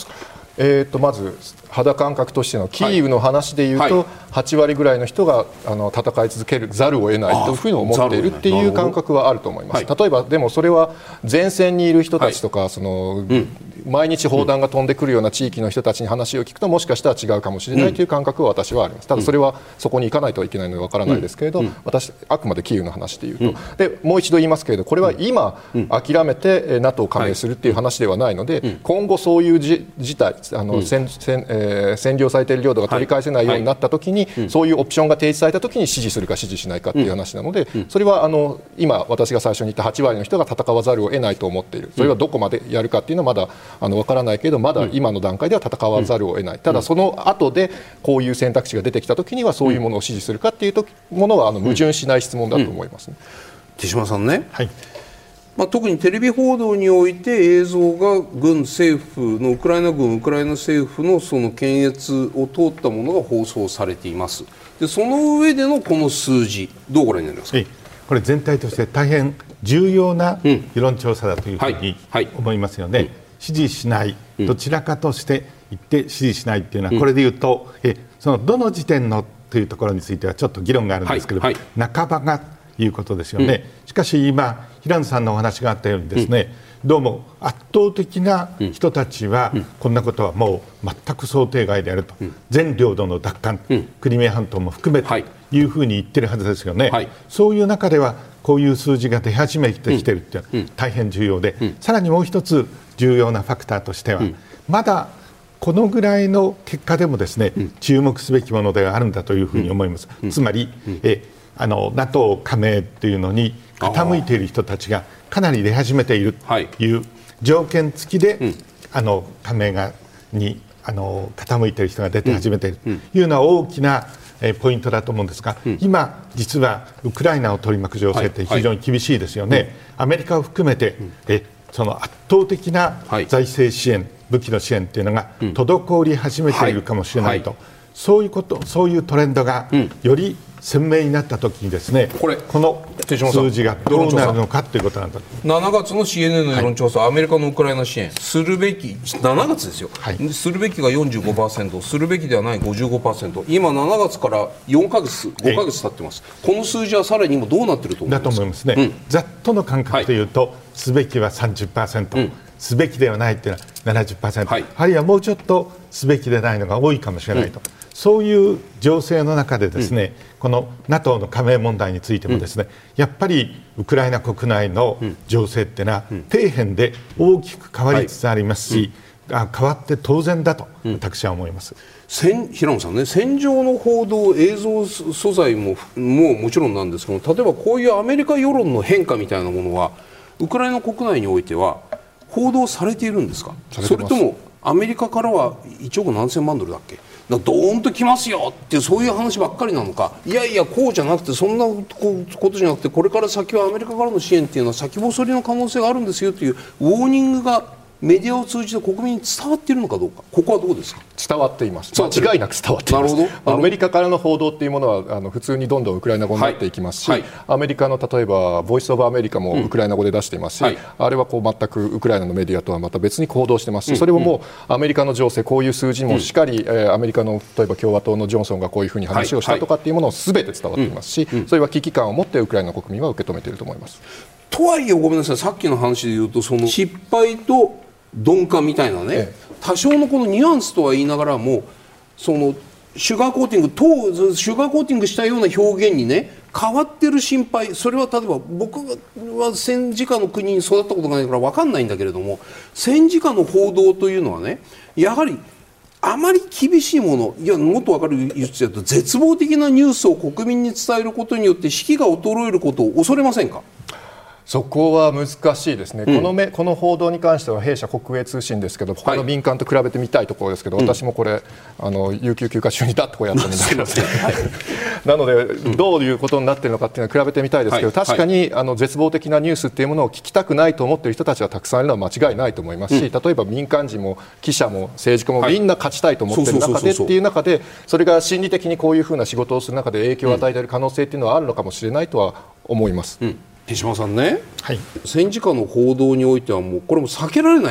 えー、とまず肌感覚としてのキーウの話でいうと、はいはい、はちわりぐらいの人があの戦い続けるざるを得ないというふうに思っているっていう感覚はあると思います。例えばでもそれは前線にいる人たちとか、はい、その、うん、毎日砲弾が飛んでくるような地域の人たちに話を聞くともしかしたら違うかもしれないという感覚は私はあります。ただそれはそこに行かないといけないのでわからないですけれど、うん、私あくまでキーウの話でいうと、うん、でもう一度言いますけれどこれは今、うん、諦めて ナトー 加盟するっていう話ではないので、はい、今後そういう事態あの、うん占えー、占領されている領土が取り返せないようになったときに、はいはい、そういうオプションが提示されたときに支持するか支持しないかという話なので、うん、それはあの今私が最初に言ったはちわりの人が戦わざるを得ないと思っている。それはどこまでやるかっていうのはまだあの分からないけれどまだ今の段階では戦わざるを得ない。ただその後でこういう選択肢が出てきたときにはそういうものを支持するかっていうものはあの矛盾しない質問だと思いますね。 手嶋さんね、 はいまあ、特にテレビ報道において映像が軍政府のウクライナ軍ウクライナ政府のその検閲を通ったものが放送されています。でその上でのこの数字どうご覧になりますか。 これ全体として大変重要な世論調査だというふうに思いますよね、うんはいはい、支持しない、うん、どちらかとして言って支持しないというのは、うん、これでいうとえそのどの時点のというところについてはちょっと議論があるんですけど、はいはい、半ばがいうことですよね、うん、しかし今平野さんのお話があったようにですね、うん、どうも圧倒的な人たちはこんなことはもう全く想定外であると、うん、全領土の奪還、うん、クリミア半島も含めてというふうに言ってるはずですよね、はい、そういう中ではこういう数字が出始めてきているというのは大変重要で、うんうん、さらにもう一つ重要なファクターとしては、うん、まだこのぐらいの結果でもですね、うん、注目すべきものではあるんだというふうに思います、うん、つまり、うん、えあの ナトー 加盟というのに傾いている人たちがかなり出始めているという条件付きで、はい、あの加盟がにあの傾いている人が出て始めているというのは大きなえポイントだと思うんですが、うん、今、実はウクライナを取り巻く情勢って非常に厳しいですよね、はいはい、アメリカを含めて、うん、えその圧倒的な財政支援、はい、武器の支援というのが滞り始めているかもしれないと、はいはい、そういうこと、そういうトレンドがより鮮明になったときにですね、これこの数字がどうなるのかということなんだ。 しちがつの シーエヌエヌ の世論調査、はい、アメリカのウクライナ支援するべきしちがつですよ、はい、するべきが よんじゅうごパーセント、 するべきではない ごじゅうごパーセント、 今しちがつからよんかげつごかげつ経ってます。この数字はさらに今どうなってると思いますか。 だと思いますね、うん、ざっとの感覚というと、はい、すべきは さんじゅっパーセント、うん、すべきではないというのは ななじゅっパーセント、はい、あるいはもうちょっとすべきでないのが多いかもしれないと、うん、そういう情勢の中でですね、うん、この ナトー の加盟問題についてもですね、うん、やっぱりウクライナ国内の情勢っていうのは底辺で大きく変わりつつありますし、はい、あ変わって当然だと私は思います。 平野さんね、戦場の報道映像素材 も, ももちろんなんですけど、例えばこういうアメリカ世論の変化みたいなものはウクライナ国内においては報道されているんですか。それともアメリカからはいちおく何千万ドルだっけドーンと来ますよっていうそういう話ばっかりなのか、いやいやこうじゃなくてそんなことじゃなくてこれから先はアメリカからの支援っていうのは先細りの可能性があるんですよというウォーニングがメディアを通じて国民に伝わっているのかどうか、ここはどうですか。 伝わっています。間違いなく伝わっています。なるほど。アメリカからの報道っていうものはあの普通にどんどんウクライナ語になっていきますし、はいはい、アメリカの例えばボイスオブアメリカもウクライナ語で出していますし、うんはい、あれはこう全くウクライナのメディアとはまた別に報道してますし、うん、それももうアメリカの情勢こういう数字もしっかり、うんえー、アメリカの例えば共和党のジョンソンがこういうふうに話をしたとかっていうものを全て伝わっていますし、うんうん、それは危機感を持ってウクライナ国民は受け止めていると思います。 とはいえごめんなさい、さっきの話で言うとその失敗と鈍感みたいなね、ええ、多少のこのニュアンスとは言いながらもそのシュガーコーティングとシュガーコーティングしたような表現にね変わってる心配、それは例えば僕は戦時下の国に育ったことがないから分かんないんだけれども、戦時下の報道というのはねやはりあまり厳しいもの、いやもっと分かる言っちゃうと絶望的なニュースを国民に伝えることによって士気が衰えることを恐れませんか。 そこは難しいですね、うん、このめこの報道に関しては弊社国営通信ですけど他の民間と比べてみたいところですけど、はい、私もこれあの有給休暇中にだっとこうやったみたいななのでどういうことになっているのかっていうのは比べてみたいですけど、はい、確かにあの絶望的なニュースっていうものを聞きたくないと思っている人たちはたくさんいるのは間違いないと思いますし、うん、例えば民間人も記者も政治家もみんな勝ちたいと思っている中でっていう中でそれが心理的にこういうふうな仕事をする中で影響を与えている可能性っていうのはあるのかもしれないとは思います。 うん手嶋さんね、 はい、 戦時下の報道においてはもうこれも避けられない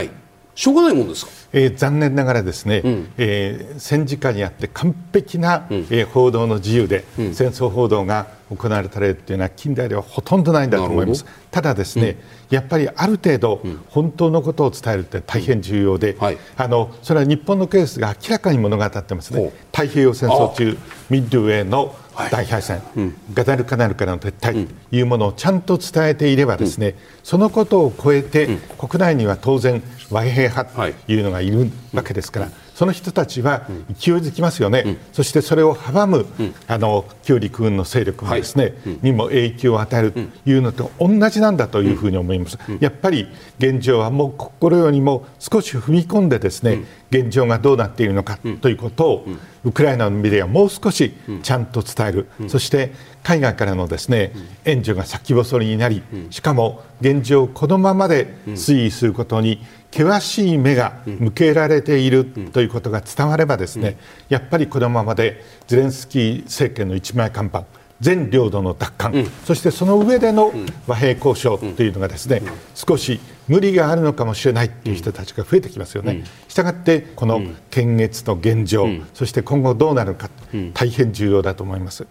しょうがないもんですか。 えー、残念ながらですね、うん、えー、戦時下にあって完璧な、うん、えー、報道の自由で、うん、戦争報道が行われた例というのは近代ではほとんどないんだと思います。ただですね、うん、やっぱりある程度、うん、本当のことを伝えるって大変重要で、うん、はい、あのそれは日本のケースが明らかに物語ってますね。太平洋戦争中ミッドウェーの大敗戦、はい、うん、ガダルカナルからの撤退というものをちゃんと伝えていればですね、うん、そのことを超えて、うん、国内には当然和平派というのがいるわけですから、はい、その人たちは勢いづきますよね、うん、そしてそれを阻む、うん、あの旧陸軍の勢力もですね、はい、うん、にも影響を与えるというのと同じなんだというふうに思います。うん、やっぱり現状はもう心よりも少し踏み込んでですね、うん、現状がどうなっているのかということを、うん、ウクライナのメディアはもう少しちゃんと伝える、うん、そして海外からのですね、援助が先細りになり、しかも現状このままで推移することに険しい目が向けられているということが伝わればですね、やっぱりこのままでゼレンスキー政権の一枚看板、全領土の奪還、うん、そしてその上での和平交渉というのがですね、少し無理があるのかもしれないという人たちが増えてきますよね。したがってこの検閲の現状、うん、そして今後どうなるか、うん、大変重要だと思います。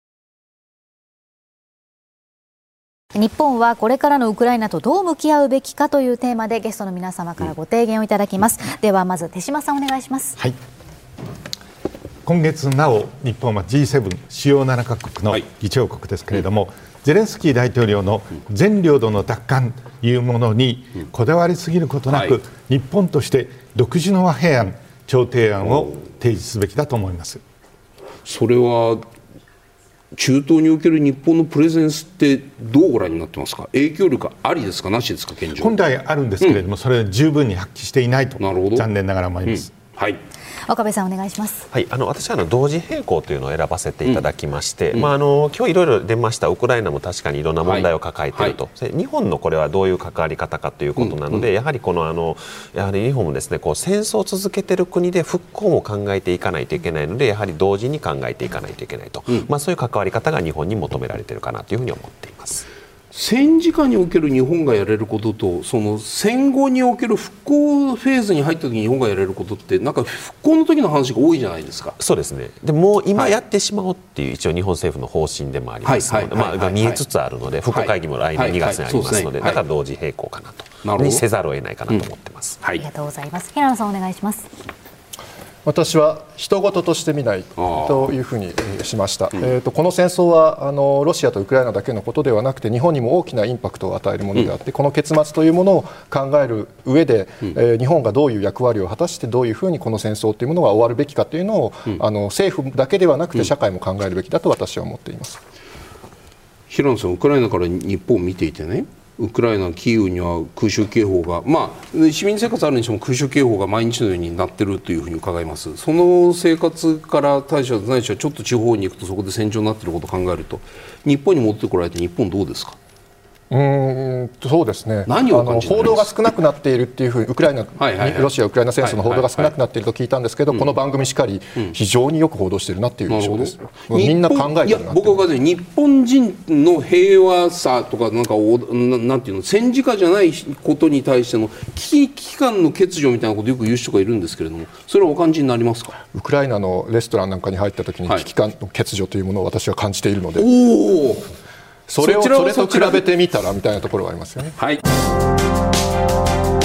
日本はこれからのウクライナとどう向き合うべきかというテーマでゲストの皆様からご提言をいただきます。うん、ではまず手嶋さんお願いします。 はい、今月なお日本は ジーセブン 主要ななカ国の議長国ですけれども、はい、うん、ゼレンスキー大統領の全領土の奪還というものにこだわりすぎることなく、はい、日本として独自の和平案、調停案を提示すべきだと思います。 それは中東における日本のプレゼンスってどうご覧になってますか。影響力ありですか、なしですか。現状本来あるんですけれども、うん、それを十分に発揮していないと残念ながら思います。 うん、はい、 岡部さんお願いします。 はい、あの私はあの同時並行というのを選ばせていただきまして、うん、まあ、あの今日いろいろ出ましたウクライナも確かにいろんな問題を抱えていると、はいはい、日本のこれはどういう関わり方かということなので、うん、やはりこのあのやはり日本もですね、こう戦争を続けている国で復興も考えていかないといけないので、やはり同時に考えていかないといけないと、うん、まあ、そういう関わり方が日本に求められているかなというふうに思っています。 戦時下における日本がやれることと、その戦後における復興フェーズに入った時に日本がやれることって、なんか復興の時の話が多いじゃないですか。 そうですね。でも今やってしまおうっていう一応日本政府の方針でもありますので、まあ見えつつあるので、復興会議も来年にがつにありますので、だから同時並行かなとにせざるを得ないかなと思ってます。 うん、はい、ありがとうございます。平野さんお願いします。 私は人事として見ないというふうにしました。えーと、この戦争はあのロシアとウクライナだけのことではなくて、日本にも大きなインパクトを与えるものであって、うん、この結末というものを考える上で、うん、えー、日本がどういう役割を果たして、どういうふうにこの戦争というものが終わるべきかというのを、うん、あの政府だけではなくて社会も考えるべきだと私は思っています。 平野さん、ウクライナから日本を見ていてね、ウクライナ、キーウには空襲警報が、まあ、市民生活あるにしても空襲警報が毎日のようになっているというふうに伺います。その生活から対処ないしはちょっと地方に行くとそこで戦場になっていることを考えると、日本に戻ってこられて日本どうですか。 うーんそうですね、 何を感じあの報道が少なくなっているっていうふうにウクライナ、はいはいはい、ロシア・ウクライナ戦争の報道が少なくなっていると聞いたんですけど、この番組しかり、うん、非常によく報道しているなっていう印象です。みんな考えてるなって。 僕は日本人の平和さとかなんかななんていうの、戦時下じゃないことに対しての危機危機感の欠如みたいなことをよく言う人がいるんですけれども、それはお感じになりますか。 ウクライナのレストランなんかに入った時に危機感の欠如というものを私は感じているので、 おー、 それをそれと比べてみたらみたいなところがありますよね。 はい。